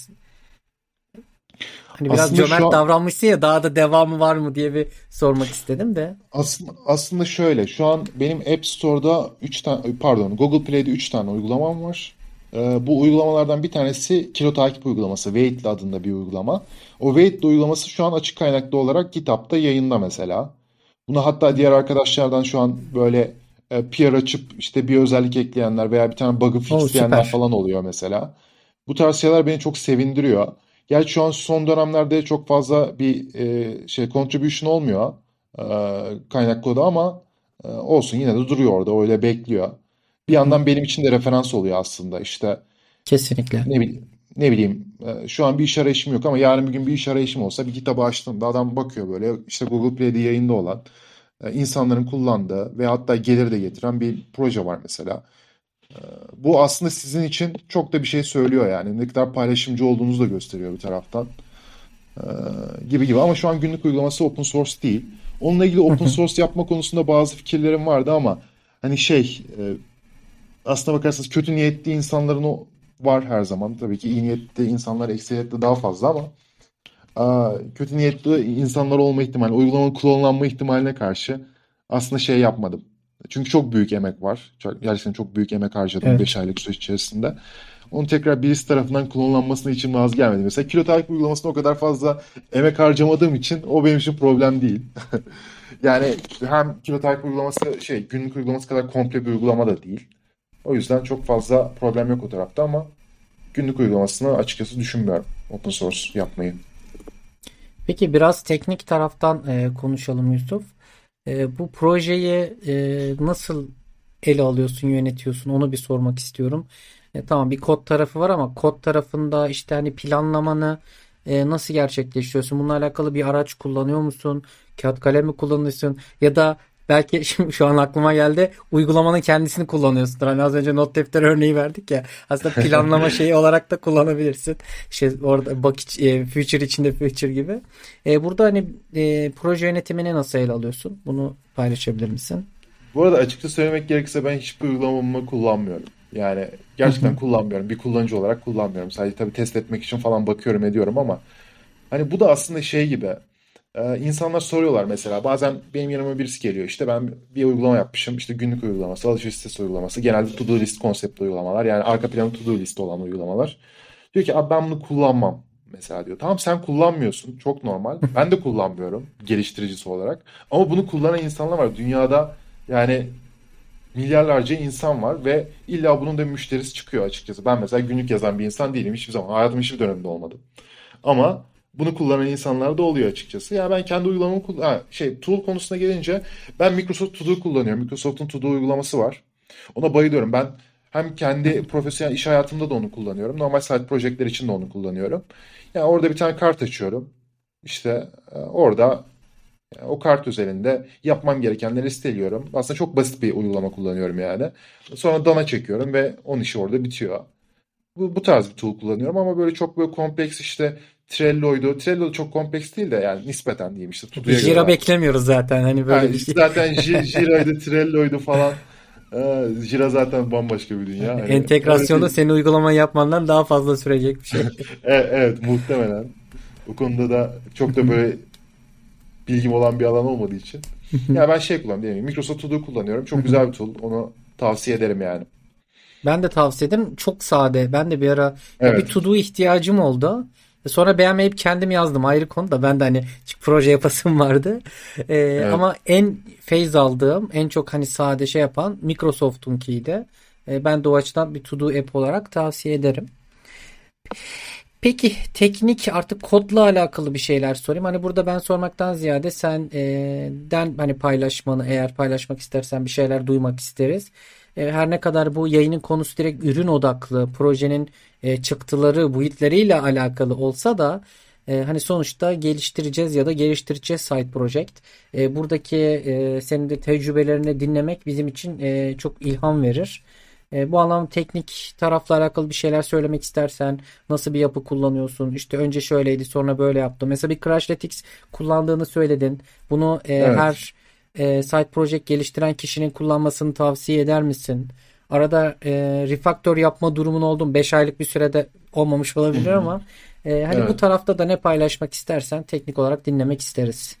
Hani biraz Aslında şu cömert an davranmışsın ya daha da devamı var mı diye bir sormak istedim de. aslında şöyle şu an benim App Store'da 3 tane pardon Google Play'de 3 tane uygulamam var. Bu uygulamalardan bir tanesi kilo takip uygulaması. Weightly adında bir uygulama. O Weightly uygulaması şu an açık kaynaklı olarak GitHub'ta yayında mesela. Bunu hatta diğer arkadaşlardan şu an böyle PR açıp işte bir özellik ekleyenler veya bir tane bug'ı O fixleyenler süper. falan oluyor mesela. Bu tarz şeyler beni çok sevindiriyor. Gerçi şu an son dönemlerde çok fazla bir contribution olmuyor e, kaynak kodu ama olsun yine de duruyor orada öyle bekliyor. Bir Hı hı. yandan benim için de referans oluyor aslında işte Kesinlikle. ne bileyim şu an bir iş arayışım yok ama yarın bir gün bir iş arayışım olsa bir kitabı açtığımda adam bakıyor böyle işte Google Play'de yayında olan insanların kullandığı ve hatta gelir de getiren bir proje var mesela. Bu aslında sizin için çok da bir şey söylüyor yani. Ne kadar paylaşımcı olduğunuzu da gösteriyor bir taraftan. Ee, Gibi gibi ama şu an günlük uygulaması open source değil. Onunla ilgili Hı open hı. source yapma konusunda bazı fikirlerim vardı ama hani aslına bakarsanız kötü niyetli insanların o var her zaman. Tabii ki iyi niyetli insanlar ekseriyetle daha fazla ama kötü niyetli insanlar olma ihtimali, uygulamanın kullanılma ihtimaline karşı aslında şey yapmadım. Çünkü çok büyük emek var. Gerçekten çok büyük emek harcadım Evet. 5 aylık süreç içerisinde. Onu tekrar birisi tarafından kullanılmasına için vaz gelmedi. Mesela kilo takip uygulamasına o kadar fazla emek harcamadığım için o benim için problem değil. Yani hem kilo takip uygulaması günlük uygulaması kadar komple bir uygulama da değil. O yüzden çok fazla problem yok o tarafta ama günlük uygulamasını açıkçası düşünmüyorum open source yapmayı. Peki biraz teknik taraftan konuşalım Yusuf. Bu projeyi nasıl ele alıyorsun, yönetiyorsun? Onu bir sormak istiyorum. Tamam bir kod tarafı var ama kod tarafında işte hani planlamanı nasıl gerçekleştiriyorsun? Bununla alakalı bir araç kullanıyor musun? Kağıt kalem mi kullanıyorsun? Ya da belki şimdi şu an aklıma geldi uygulamanın kendisini kullanıyorsundur. Hani az önce not defteri örneği verdik ya. Aslında planlama şeyi olarak da kullanabilirsin. İşte orada future içinde future gibi. Burada hani proje yönetimini nasıl ele alıyorsun? Bunu paylaşabilir misin? Bu arada açıkça söylemek gerekirse ben hiçbir uygulamamı kullanmıyorum. Yani Hı gerçekten hı. kullanmıyorum. Bir kullanıcı olarak kullanmıyorum. Sadece tabii test etmek için falan bakıyorum ediyorum ama hani bu da aslında şey gibi. İnsanlar soruyorlar mesela. Bazen benim yanıma birisi geliyor. İşte ben bir uygulama yapmışım. İşte günlük uygulaması, alışveriş sitesi uygulaması. Genelde to-do list konseptli uygulamalar. Yani arka planı to-do list olan uygulamalar. Diyor ki abi ben bunu kullanmam mesela diyor. Tamam sen kullanmıyorsun. Çok normal. Ben de kullanmıyorum geliştiricisi olarak. Ama bunu kullanan insanlar var. Dünyada yani milyarlarca insan var ve illa bunun da bir müşterisi çıkıyor açıkçası. Ben mesela günlük yazan bir insan değilim hiçbir zaman. Hayatımın hiçbir döneminde olmadı. Ama bunu kullanan insanlar da oluyor açıkçası. Ya ben kendi uygulamamı tool konusuna gelince ben Microsoft To Do kullanıyorum. Microsoft'un To Do uygulaması var. Ona bayılıyorum. Ben hem kendi profesyonel iş hayatımda da onu kullanıyorum. Normal side projeler için de onu kullanıyorum. Yani orada bir tane kart açıyorum. İşte orada o kart üzerinde yapmam gerekenleri listeliyorum. Aslında çok basit bir uygulama kullanıyorum yani. Sonra dana çekiyorum ve onun işi orada bitiyor. Bu tarz bir tool kullanıyorum ama böyle çok böyle kompleks işte Trello'ydu. Trello da çok kompleks değil de yani nispeten diyeyim işte Todo'ya göre Jira daha. beklemiyoruz zaten hani böyle Yani bir işte şey. zaten Jira'ydı, Trello'ydu falan. Jira zaten bambaşka bir dünya. Hani öyle Entegrasyonu bir senin uygulamayı yapmandan daha fazla sürecek bir şey. evet muhtemelen. O konuda da çok da böyle bilgim olan bir alan olmadığı için. Ya ben kullanıyorum değil mi? Microsoft To Do kullanıyorum. Çok güzel bir tool. Onu tavsiye ederim yani. Ben de tavsiye ederim. Çok sade. Ben de bir ara ya bir Evet. to do ihtiyacım oldu. Sonra beğenmeyip kendim yazdım, ayrı konu da, ben de hani proje yapasım vardı. Evet. Ama en feyz aldığım, en çok hani sade şey yapan Microsoft'unkiydi. Ben de o açıdan bir To Do app olarak tavsiye ederim. Peki teknik, artık kodla alakalı bir şeyler sorayım. Hani burada ben sormaktan ziyade sen den hani paylaşmanı, eğer paylaşmak istersen bir şeyler duymak isteriz. Her ne kadar bu yayının konusu direkt ürün odaklı, projenin çıktıları, boyutlarıyla alakalı olsa da hani sonuçta geliştireceğiz ya da geliştireceğiz side project. Buradaki senin de tecrübelerini dinlemek bizim için çok ilham verir. Bu anlamda teknik tarafla alakalı bir şeyler söylemek istersen, nasıl bir yapı kullanıyorsun? İşte önce şöyleydi, sonra böyle yaptım. Mesela bir Crashlytics kullandığını söyledin. Bunu Evet. her side project geliştiren kişinin kullanmasını tavsiye eder misin? Arada refactor yapma durumun oldu mu? 5 aylık bir sürede olmamış Hı olabilir hı. ama hani bu Evet. tarafta da ne paylaşmak istersen teknik olarak dinlemek isteriz.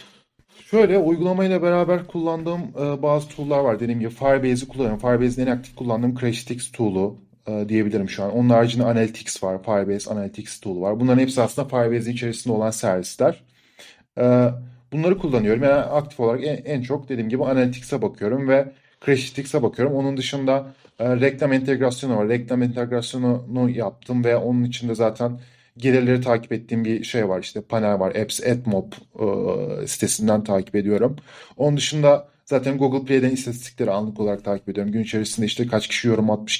Şöyle uygulamayla beraber kullandığım bazı tool'lar var. Dediğim gibi Firebase'i kullanıyorum. Firebase'in en aktif kullandığım Crashlytics tool'u diyebilirim şu an. Onun haricinde Analytics var. Firebase Analytics tool'u var. Bunların hepsi aslında Firebase'in içerisinde olan servisler. E, Bunları kullanıyorum. Yani aktif olarak en çok dediğim gibi Analytics'e bakıyorum ve Crashlytics'e bakıyorum. Onun dışında reklam entegrasyonu var. Reklam entegrasyonunu yaptım ve onun içinde zaten gelirleri takip ettiğim bir şey var, işte panel var. Apps AdMob sitesinden takip ediyorum. Onun dışında zaten Google Play'den istatistikleri anlık olarak takip ediyorum. Gün içerisinde işte kaç kişi yorum atmış,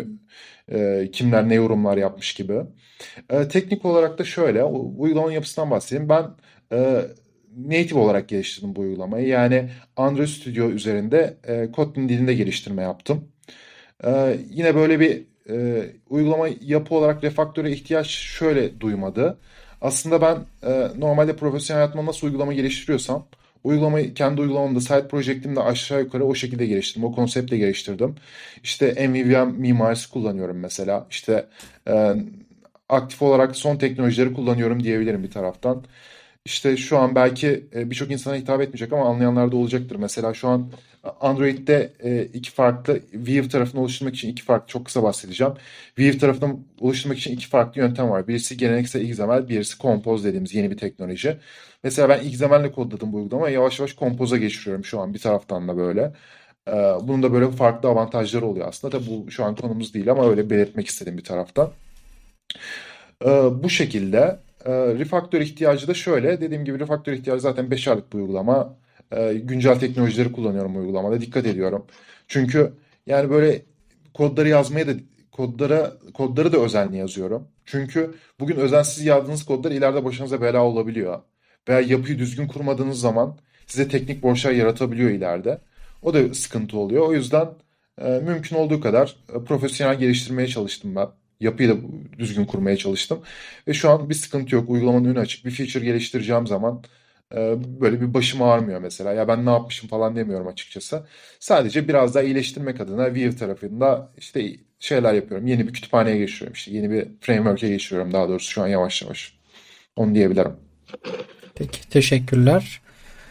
kimler ne yorumlar yapmış gibi. Teknik olarak da şöyle, uygulamanın yapısından bahsedeyim. Ben native olarak geliştirdim bu uygulamayı. Yani Android Studio üzerinde Kotlin dilinde geliştirme yaptım. Yine böyle bir uygulama yapı olarak refaktöre ihtiyaç şöyle duymadı. Aslında ben normalde profesyonel hayatımda nasıl uygulama geliştiriyorsam uygulamayı kendi uygulamamda, side project'imde aşağı yukarı o şekilde geliştirdim. O konseptle geliştirdim. İşte MVVM mimarisi kullanıyorum mesela. İşte e, aktif olarak son teknolojileri kullanıyorum diyebilirim bir taraftan. İşte şu an belki birçok insana hitap etmeyecek ama anlayanlar da olacaktır. Mesela şu an Android'de iki farklı Vue tarafını oluşturmak için iki farklı, çok kısa bahsedeceğim. Vue tarafını oluşturmak için iki farklı yöntem var. Birisi geleneksel XML, birisi Compose dediğimiz yeni bir teknoloji. Mesela ben XML ile kodladım bu uygulamayı. Yavaş yavaş Compose'a geçiriyorum şu an bir taraftan da böyle. E, Bunun da böyle farklı avantajları oluyor aslında. Tabii bu şu an konumuz değil ama öyle belirtmek istedim bir taraftan. Bu şekilde refaktör ihtiyacı da şöyle. Dediğim gibi refaktör ihtiyacı zaten 5 aylık bir uygulama. Güncel teknolojileri kullanıyorum bu uygulamada. Dikkat ediyorum. Çünkü yani böyle kodları yazmaya da kodları da özenli yazıyorum. Çünkü bugün özensiz yazdığınız kodlar ileride başınıza bela olabiliyor. Veya yapıyı düzgün kurmadığınız zaman size teknik borçlar yaratabiliyor ileride. O da sıkıntı oluyor. O yüzden mümkün olduğu kadar profesyonel geliştirmeye çalıştım ben. Yapıyı da düzgün kurmaya çalıştım. Ve şu an bir sıkıntı yok. Uygulamanın önü açık. Bir feature geliştireceğim zaman böyle bir başım ağrımıyor mesela. Ya ben ne yapmışım falan demiyorum açıkçası. Sadece biraz daha iyileştirmek adına Vue tarafında işte şeyler yapıyorum. Yeni bir kütüphaneye geçiyorum. İşte yeni bir framework'e geçiyorum daha doğrusu şu an yavaş yavaş. Onu diyebilirim. Peki, teşekkürler.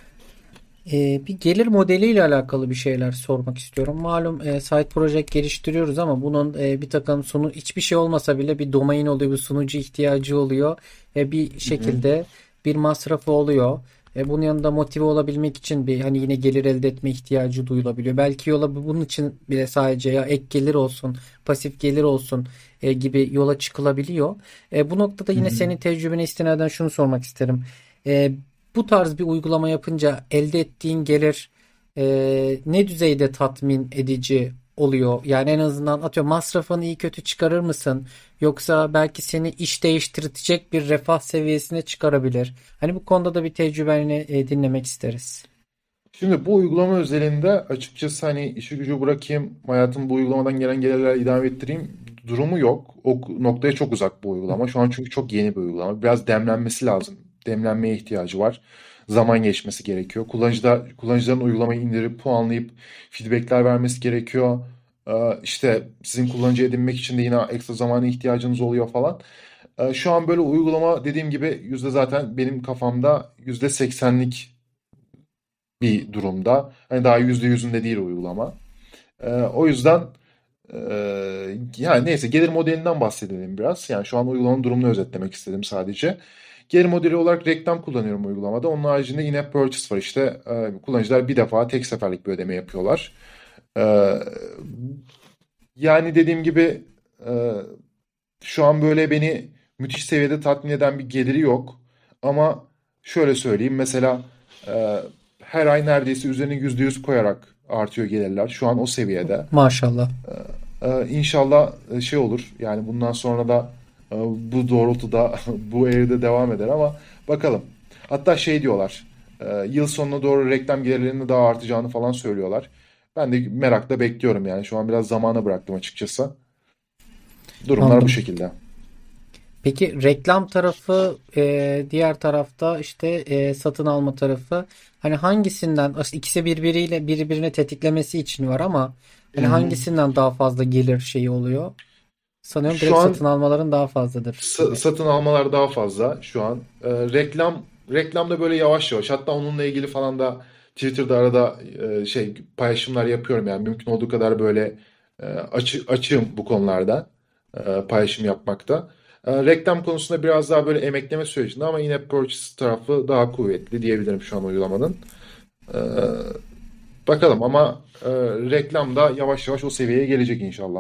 Bir gelir modeliyle alakalı bir şeyler sormak istiyorum. Malum site project geliştiriyoruz ama bunun bir takım hiçbir şey olmasa bile bir domain oluyor, bir sunucu ihtiyacı oluyor. Bir Hı hı. şekilde bir masrafı oluyor. Bunun yanında motive olabilmek için bir hani yine gelir elde etme ihtiyacı duyulabiliyor. Belki yola bunun için bile sadece ya ek gelir olsun, pasif gelir olsun gibi yola çıkılabiliyor. Bu noktada Hı yine hı. senin tecrübene istinaden şunu sormak isterim. E, Bu tarz bir uygulama yapınca elde ettiğin gelir ne düzeyde tatmin edici oluyor? Yani en azından atıyorum, masrafını iyi kötü çıkarır mısın? Yoksa belki seni iş değiştirecek bir refah seviyesine çıkarabilir. Hani bu konuda da bir tecrübeni dinlemek isteriz. Şimdi bu uygulama özelinde açıkçası hani işi gücü bırakayım, hayatımı bu uygulamadan gelen gelirlerle idame ettireyim durumu yok. O noktaya çok uzak bu uygulama. Şu an çünkü çok yeni bir uygulama. Biraz demlenmesi lazım. Demlenmeye ihtiyacı var. Zaman geçmesi gerekiyor. Kullanıcıların uygulamayı indirip puanlayıp feedbackler vermesi gerekiyor. İşte sizin kullanıcı edinmek için de yine ekstra zamana ihtiyacınız oluyor falan. Şu an böyle uygulama dediğim gibi zaten benim kafamda %80'lik bir durumda. Hani daha %100'ünde değil uygulama. O yüzden Yani neyse, gelir modelinden bahsedelim biraz. Yani şu an uygulamanın durumunu özetlemek istedim sadece. Gelir modeli olarak reklam kullanıyorum uygulamada. Onun haricinde in-app purchase var işte. Kullanıcılar bir defa tek seferlik bir ödeme yapıyorlar. Ee, Yani dediğim gibi e, şu an böyle beni müthiş seviyede tatmin eden bir geliri yok. Ama şöyle söyleyeyim, mesela e, her ay neredeyse üzerine %100 koyarak artıyor gelirler. Şu an o seviyede. Maşallah. İnşallah şey olur. Yani bundan sonra da bu doğrultuda bu eğride devam eder ama bakalım. Hatta şey diyorlar. Yıl sonuna doğru reklam gelirlerinin daha artacağını falan söylüyorlar. Ben de merakla bekliyorum yani. Şu an biraz zamana bıraktım açıkçası. Durumlar bu Anladım. şekilde. Peki reklam tarafı, diğer tarafta işte satın alma tarafı, hani hangisinden, aslında ikisi birbirini tetiklemesi için var ama Hı hani hı. hangisinden daha fazla gelir şeyi oluyor? Sanıyorum Şu direkt satın an almaların daha fazladır gibi. satın almalar daha fazla şu an. Reklam da böyle yavaş yavaş. Hatta onunla ilgili falan da Twitter'da arada şey paylaşımlar yapıyorum yani mümkün olduğu kadar böyle açığım bu konularda paylaşım yapmakta. Reklam konusunda biraz daha böyle emekleme sürecinde ama yine purchase tarafı daha kuvvetli diyebilirim şu an uygulamanın. E, Bakalım ama reklam da yavaş yavaş o seviyeye gelecek inşallah.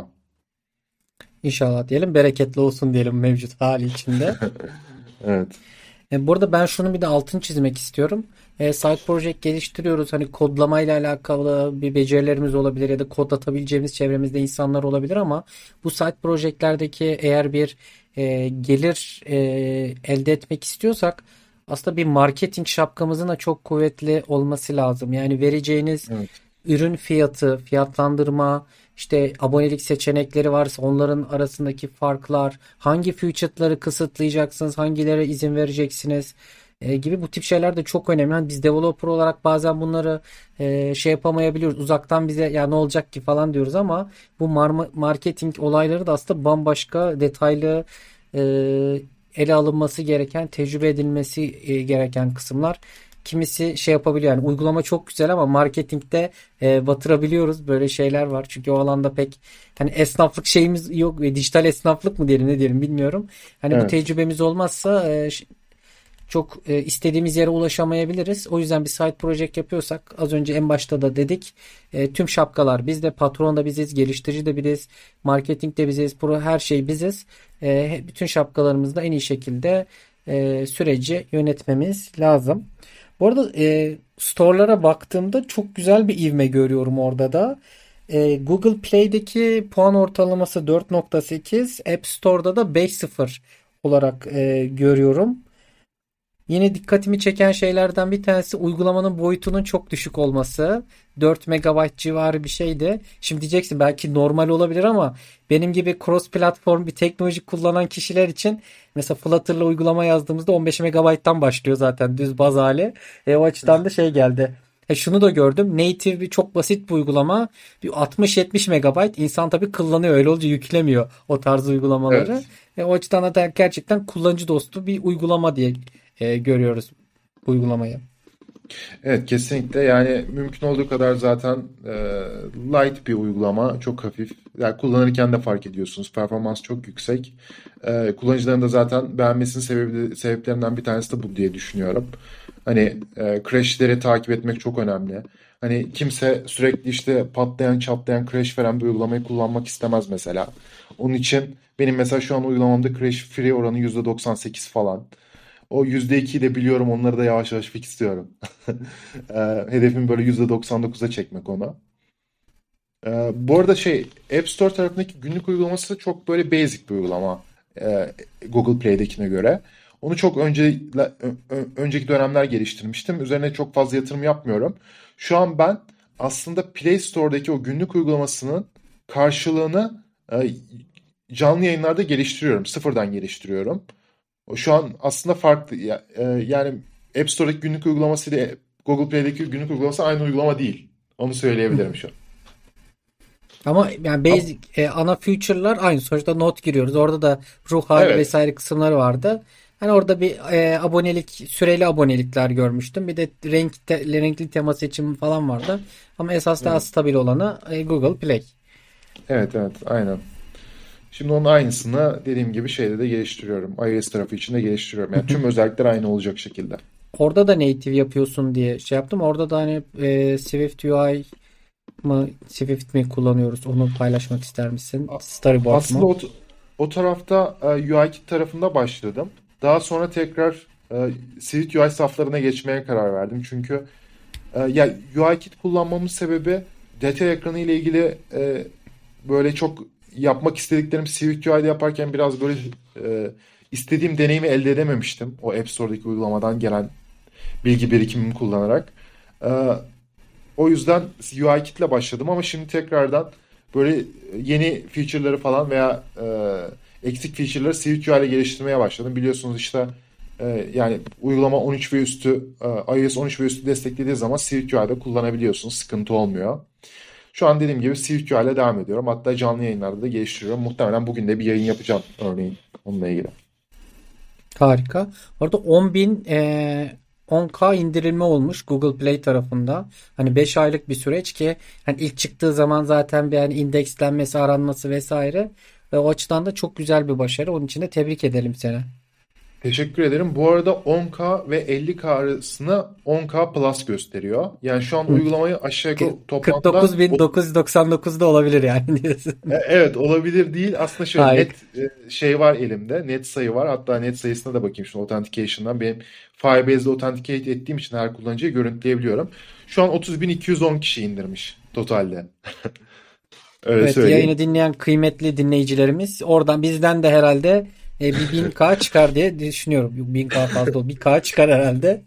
İnşallah diyelim, bereketli olsun diyelim mevcut hali içinde. Evet. Bu arada ben şunu bir de altını çizmek istiyorum. Side project geliştiriyoruz. Hani kodlamayla alakalı bir becerilerimiz olabilir ya da kod atabileceğimiz çevremizde insanlar olabilir ama bu side projectlerdeki eğer bir gelir elde etmek istiyorsak aslında bir marketing şapkamızın da çok kuvvetli olması lazım. Yani vereceğiniz Evet. ürün fiyatı, fiyatlandırma, işte abonelik seçenekleri varsa onların arasındaki farklar, hangi feature'ları kısıtlayacaksınız, hangilere izin vereceksiniz gibi bu tip şeyler de çok önemli. Yani biz developer olarak bazen bunları şey yapamayabiliyoruz. Uzaktan bize ya ne olacak ki falan diyoruz ama bu marketing olayları da aslında bambaşka detaylı e, ele alınması gereken, tecrübe edilmesi gereken kısımlar. Kimisi şey yapabiliyor, yani uygulama çok güzel ama marketingte batırabiliyoruz. Böyle şeyler var. Çünkü o alanda pek hani esnaflık şeyimiz yok. Dijital esnaflık mı diyelim ne diyelim bilmiyorum. Hani bu Evet. tecrübemiz olmazsa çok istediğimiz yere ulaşamayabiliriz. O yüzden bir side project yapıyorsak az önce en başta da dedik. Tüm şapkalar bizde, patron da biziz, geliştirici de biziz, marketing de biziz, her şey biziz. Bütün şapkalarımızla en iyi şekilde süreci yönetmemiz lazım. Bu arada store'lara baktığımda çok güzel bir ivme görüyorum orada da. Google Play'deki puan ortalaması 4.8, App Store'da da 5.0 olarak görüyorum. Yine dikkatimi çeken şeylerden bir tanesi uygulamanın boyutunun çok düşük olması. 4 megabayt civarı bir şeydi. Şimdi diyeceksin belki normal olabilir ama benim gibi cross platform bir teknoloji kullanan kişiler için mesela Flutter'la uygulama yazdığımızda 15 megabayttan başlıyor zaten düz baz hali. O açıdan da şey geldi. Şunu da gördüm. Native bir çok basit bir uygulama. Bir 60-70 megabayt. İnsan tabii kullanıyor. Öyle olunca yüklemiyor o tarz uygulamaları. Evet. O açıdan da gerçekten kullanıcı dostu bir uygulama diye görüyoruz uygulamayı. Evet, kesinlikle yani mümkün olduğu kadar zaten light bir uygulama, çok hafif. Yani kullanırken de fark ediyorsunuz, performans çok yüksek. Kullanıcıların da zaten beğenmesinin sebeplerinden bir tanesi de bu diye düşünüyorum. Hani crashleri takip etmek çok önemli. Hani kimse sürekli işte patlayan çatlayan crash veren bir uygulamayı kullanmak istemez mesela. Onun için benim mesela şu an uygulamamda crash free oranı %98 falan. O %2'yi de biliyorum, onları da yavaş yavaş fixliyorum. Hedefim böyle %99'a çekmek onu. Bu arada şey, App Store tarafındaki günlük uygulaması çok böyle basic bir uygulama. Google Play'dekine göre. Onu çok önceki dönemler geliştirmiştim. Üzerine çok fazla yatırım yapmıyorum. Şu an ben aslında Play Store'daki o günlük uygulamasının karşılığını canlı yayınlarda geliştiriyorum. Sıfırdan geliştiriyorum. Şu an aslında farklı. Yani App Store'daki günlük uygulaması ile Google Play'deki günlük uygulaması aynı uygulama değil. Onu söyleyebilirim şu an. Ama yani Ama, basic ana feature'lar aynı. Sonuçta not giriyoruz. Orada da ruh hali evet. vesaire kısımları vardı. Hani orada bir abonelik, süreli abonelikler görmüştüm. Bir de renkli tema seçimi falan vardı. Ama esas daha Evet. stabil olanı Google Play. Evet, evet, aynen. Şimdi onun aynısını dediğim gibi şeyde de geliştiriyorum. iOS tarafı için de geliştiriyorum. Yani tüm özellikler aynı olacak şekilde. Orada da native yapıyorsun diye şey yaptım. Orada da hani Swift UI mı Swift mi kullanıyoruz? Onu paylaşmak ister misin? A- Storyboard Aslında mu? o tarafta UI tarafında başladım. Daha sonra tekrar Swift UI saflarına geçmeye karar verdim. Çünkü ya UIKit kullanmamın sebebi detay ekranı ile ilgili böyle çok yapmak istediklerim Swift UI'de yaparken biraz böyle istediğim deneyimi elde edememiştim. O App Store'daki uygulamadan gelen bilgi birikimimi kullanarak. E, O yüzden UIKit'le başladım ama şimdi tekrardan böyle yeni feature'ları falan veya eksik feature'ları Swift UI ile geliştirmeye başladım. Biliyorsunuz işte yani uygulama 13 ve üstü iOS 13 ve üstü desteklediği zaman Swift UI'de kullanabiliyorsunuz. Sıkıntı olmuyor. Şu an dediğim gibi Swift UI ile devam ediyorum. Hatta canlı yayınlarda da geliştiriyorum. Muhtemelen bugün de bir yayın yapacağım örneğin onunla ilgili. Harika. Orada 10.000 10K indirilme olmuş Google Play tarafında. Hani 5 aylık bir süreç ki hani ilk çıktığı zaman zaten bir hani indekslenmesi, aranması vesaire. Ve o açıdan da çok güzel bir başarı. Onun için de tebrik edelim seni. Teşekkür ederim. Bu arada 10K ve 50K arasında 10K Plus gösteriyor. Yani şu an Hı. uygulamayı aşağı yukarı toplamda 49.999 da olabilir yani diyorsun. evet, olabilir değil. Aslında şöyle Harika. net şey var elimde. Net sayı var. Hatta net sayısına da bakayım şimdi Authentication'dan. Benim Firebase'de authenticate ettiğim için her kullanıcıyı görüntüleyebiliyorum. Şu an 30.210 kişi indirmiş totalde. Öyle Evet, söyleyeyim. yayını dinleyen kıymetli dinleyicilerimiz oradan bizden de herhalde bir 1000K çıkar diye düşünüyorum. Yok, 1000K fazla olur. 1K çıkar herhalde.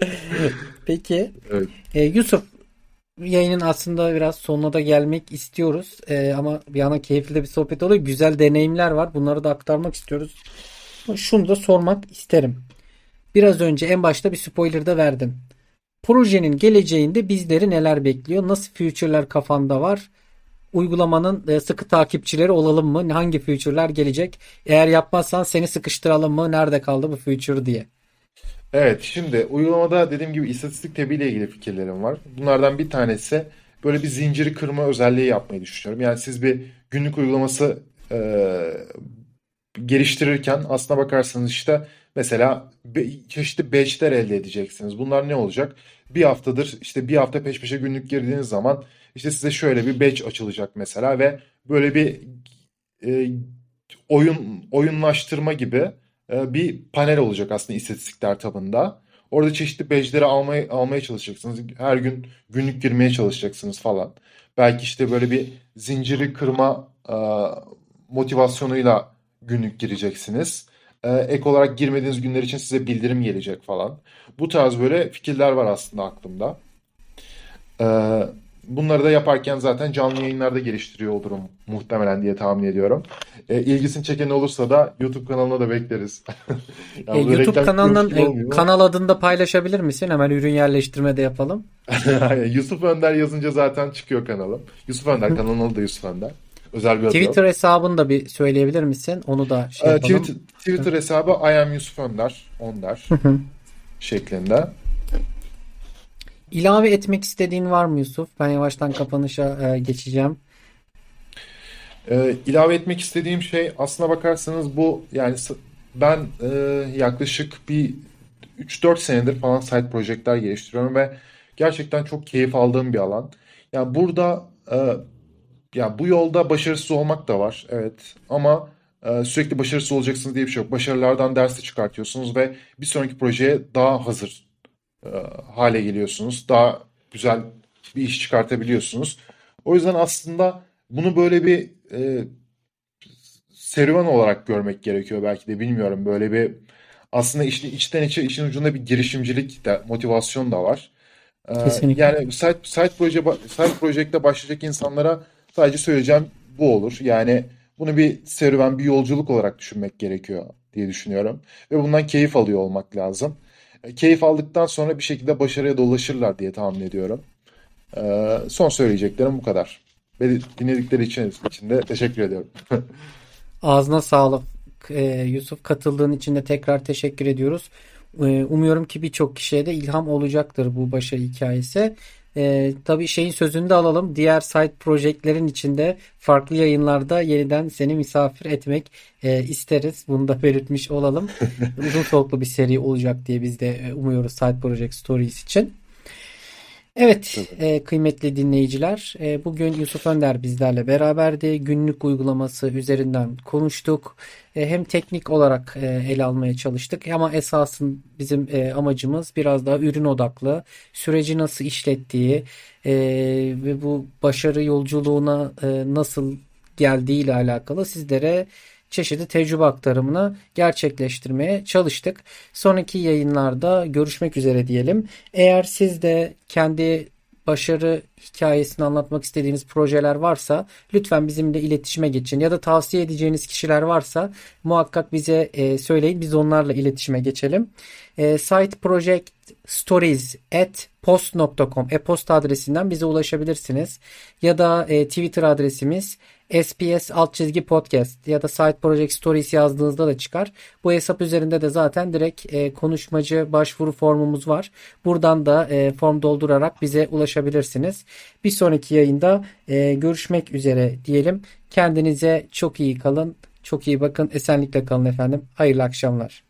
Peki Evet. Yusuf, yayının aslında biraz sonuna da gelmek istiyoruz. Ama bir yana keyifli de bir sohbet oluyor. Güzel deneyimler var. Bunları da aktarmak istiyoruz. Şunu da sormak isterim. Biraz önce en başta bir spoiler da verdin. Projenin geleceğinde bizleri neler bekliyor? Nasıl future'lar kafanda var? Uygulamanın sıkı takipçileri olalım mı? Hangi feature'lar gelecek? Eğer yapmazsan seni sıkıştıralım mı? Nerede kaldı bu feature diye. Evet, şimdi uygulamada dediğim gibi istatistik tabiyle ilgili fikirlerim var. Bunlardan bir tanesi böyle bir zinciri kırma özelliği yapmayı düşünüyorum. Yani siz bir günlük uygulaması geliştirirken aslına bakarsanız işte mesela çeşitli batch'ler elde edeceksiniz. Bunlar ne olacak? Bir haftadır işte bir hafta peş peşe günlük girdiğiniz zaman işte size şöyle bir batch açılacak mesela ve böyle bir e, oyunlaştırma gibi bir panel olacak aslında istatistikler tabanında. Orada çeşitli badge'leri almaya çalışacaksınız. Her gün günlük girmeye çalışacaksınız falan. Belki işte böyle bir zinciri kırma motivasyonuyla günlük gireceksiniz. Ek olarak girmediğiniz günler için size bildirim gelecek falan. Bu tarz böyle fikirler var aslında aklımda. Ee, Bunları da yaparken zaten canlı yayınlarda geliştiriyor olurum muhtemelen diye tahmin ediyorum. İlgisini çeken olursa da YouTube kanalına da bekleriz. Yani burada YouTube reklam yapıyormuş kanalından gibi olmuyor ama. kanal adını da paylaşabilir misin? Hemen ürün yerleştirme de yapalım. Aynen, Yusuf Önder yazınca zaten çıkıyor kanalım. Yusuf Önder, kanalın adı da Yusuf Önder. Özel bir adı Twitter yok. hesabını da bir söyleyebilir misin? Onu da şey Twitter, yapalım. Twitter hesabı I am Yusuf Önder, Onder şeklinde. İlave etmek istediğin var mı Yusuf? Ben yavaştan kapanışa geçeceğim. İlave etmek istediğim şey aslına bakarsanız bu yani ben yaklaşık bir 3-4 senedir falan side projectler geliştiriyorum ve gerçekten çok keyif aldığım bir alan. Yani burada ya bu yolda başarısız olmak da var, evet, ama sürekli başarısız olacaksınız diye bir şey yok. Başarılardan dersi çıkartıyorsunuz ve bir sonraki projeye daha hazır e, hale geliyorsunuz. Daha güzel bir iş çıkartabiliyorsunuz. O yüzden aslında bunu böyle bir serüven olarak görmek gerekiyor belki de, bilmiyorum. Böyle bir aslında işte içten içe işin ucunda bir girişimcilik de motivasyon da var. Kesinlikle. Yani side project'te başlayacak insanlara sadece söyleyeceğim bu olur. Yani bunu bir serüven, bir yolculuk olarak düşünmek gerekiyor diye düşünüyorum. Ve bundan keyif alıyor olmak lazım. Keyif aldıktan sonra bir şekilde başarıya da ulaşırlar diye tahmin ediyorum. Son söyleyeceklerim bu kadar. Ve dinledikleri için de teşekkür ediyorum. Ağzına sağlık. Yusuf, katıldığın için de tekrar teşekkür ediyoruz. Umuyorum ki birçok kişiye de ilham olacaktır bu başarı hikayesi. Tabii şeyin sözünü de alalım. Diğer side projektlerin içinde farklı yayınlarda yeniden seni misafir etmek isteriz. Bunu da belirtmiş olalım. Uzun soluklu bir seri olacak diye biz de umuyoruz Side Project Stories için. Evet, Tabii. kıymetli dinleyiciler, bugün Yusuf Önder bizlerle beraberdi. Günlük uygulaması üzerinden konuştuk. Hem teknik olarak ele almaya çalıştık ama esasın bizim amacımız biraz daha ürün odaklı, süreci nasıl işlettiği ve bu başarı yolculuğuna nasıl geldiği ile alakalı sizlere çeşitli tecrübe aktarımını gerçekleştirmeye çalıştık. Sonraki yayınlarda görüşmek üzere diyelim. Eğer siz de kendi başarı hikayesini anlatmak istediğiniz projeler varsa lütfen bizimle iletişime geçin ya da tavsiye edeceğiniz kişiler varsa muhakkak bize söyleyin. Biz onlarla iletişime geçelim. Site Project Stories at post.com e-posta adresinden bize ulaşabilirsiniz. Ya da Twitter adresimiz SPS_podcast ya da Site Project Stories yazdığınızda da çıkar. Bu hesap üzerinde de zaten direkt konuşmacı başvuru formumuz var. Buradan da form doldurarak bize ulaşabilirsiniz. Bir sonraki yayında görüşmek üzere diyelim. Kendinize çok iyi kalın. Çok iyi bakın. Esenlikle kalın efendim. Hayırlı akşamlar.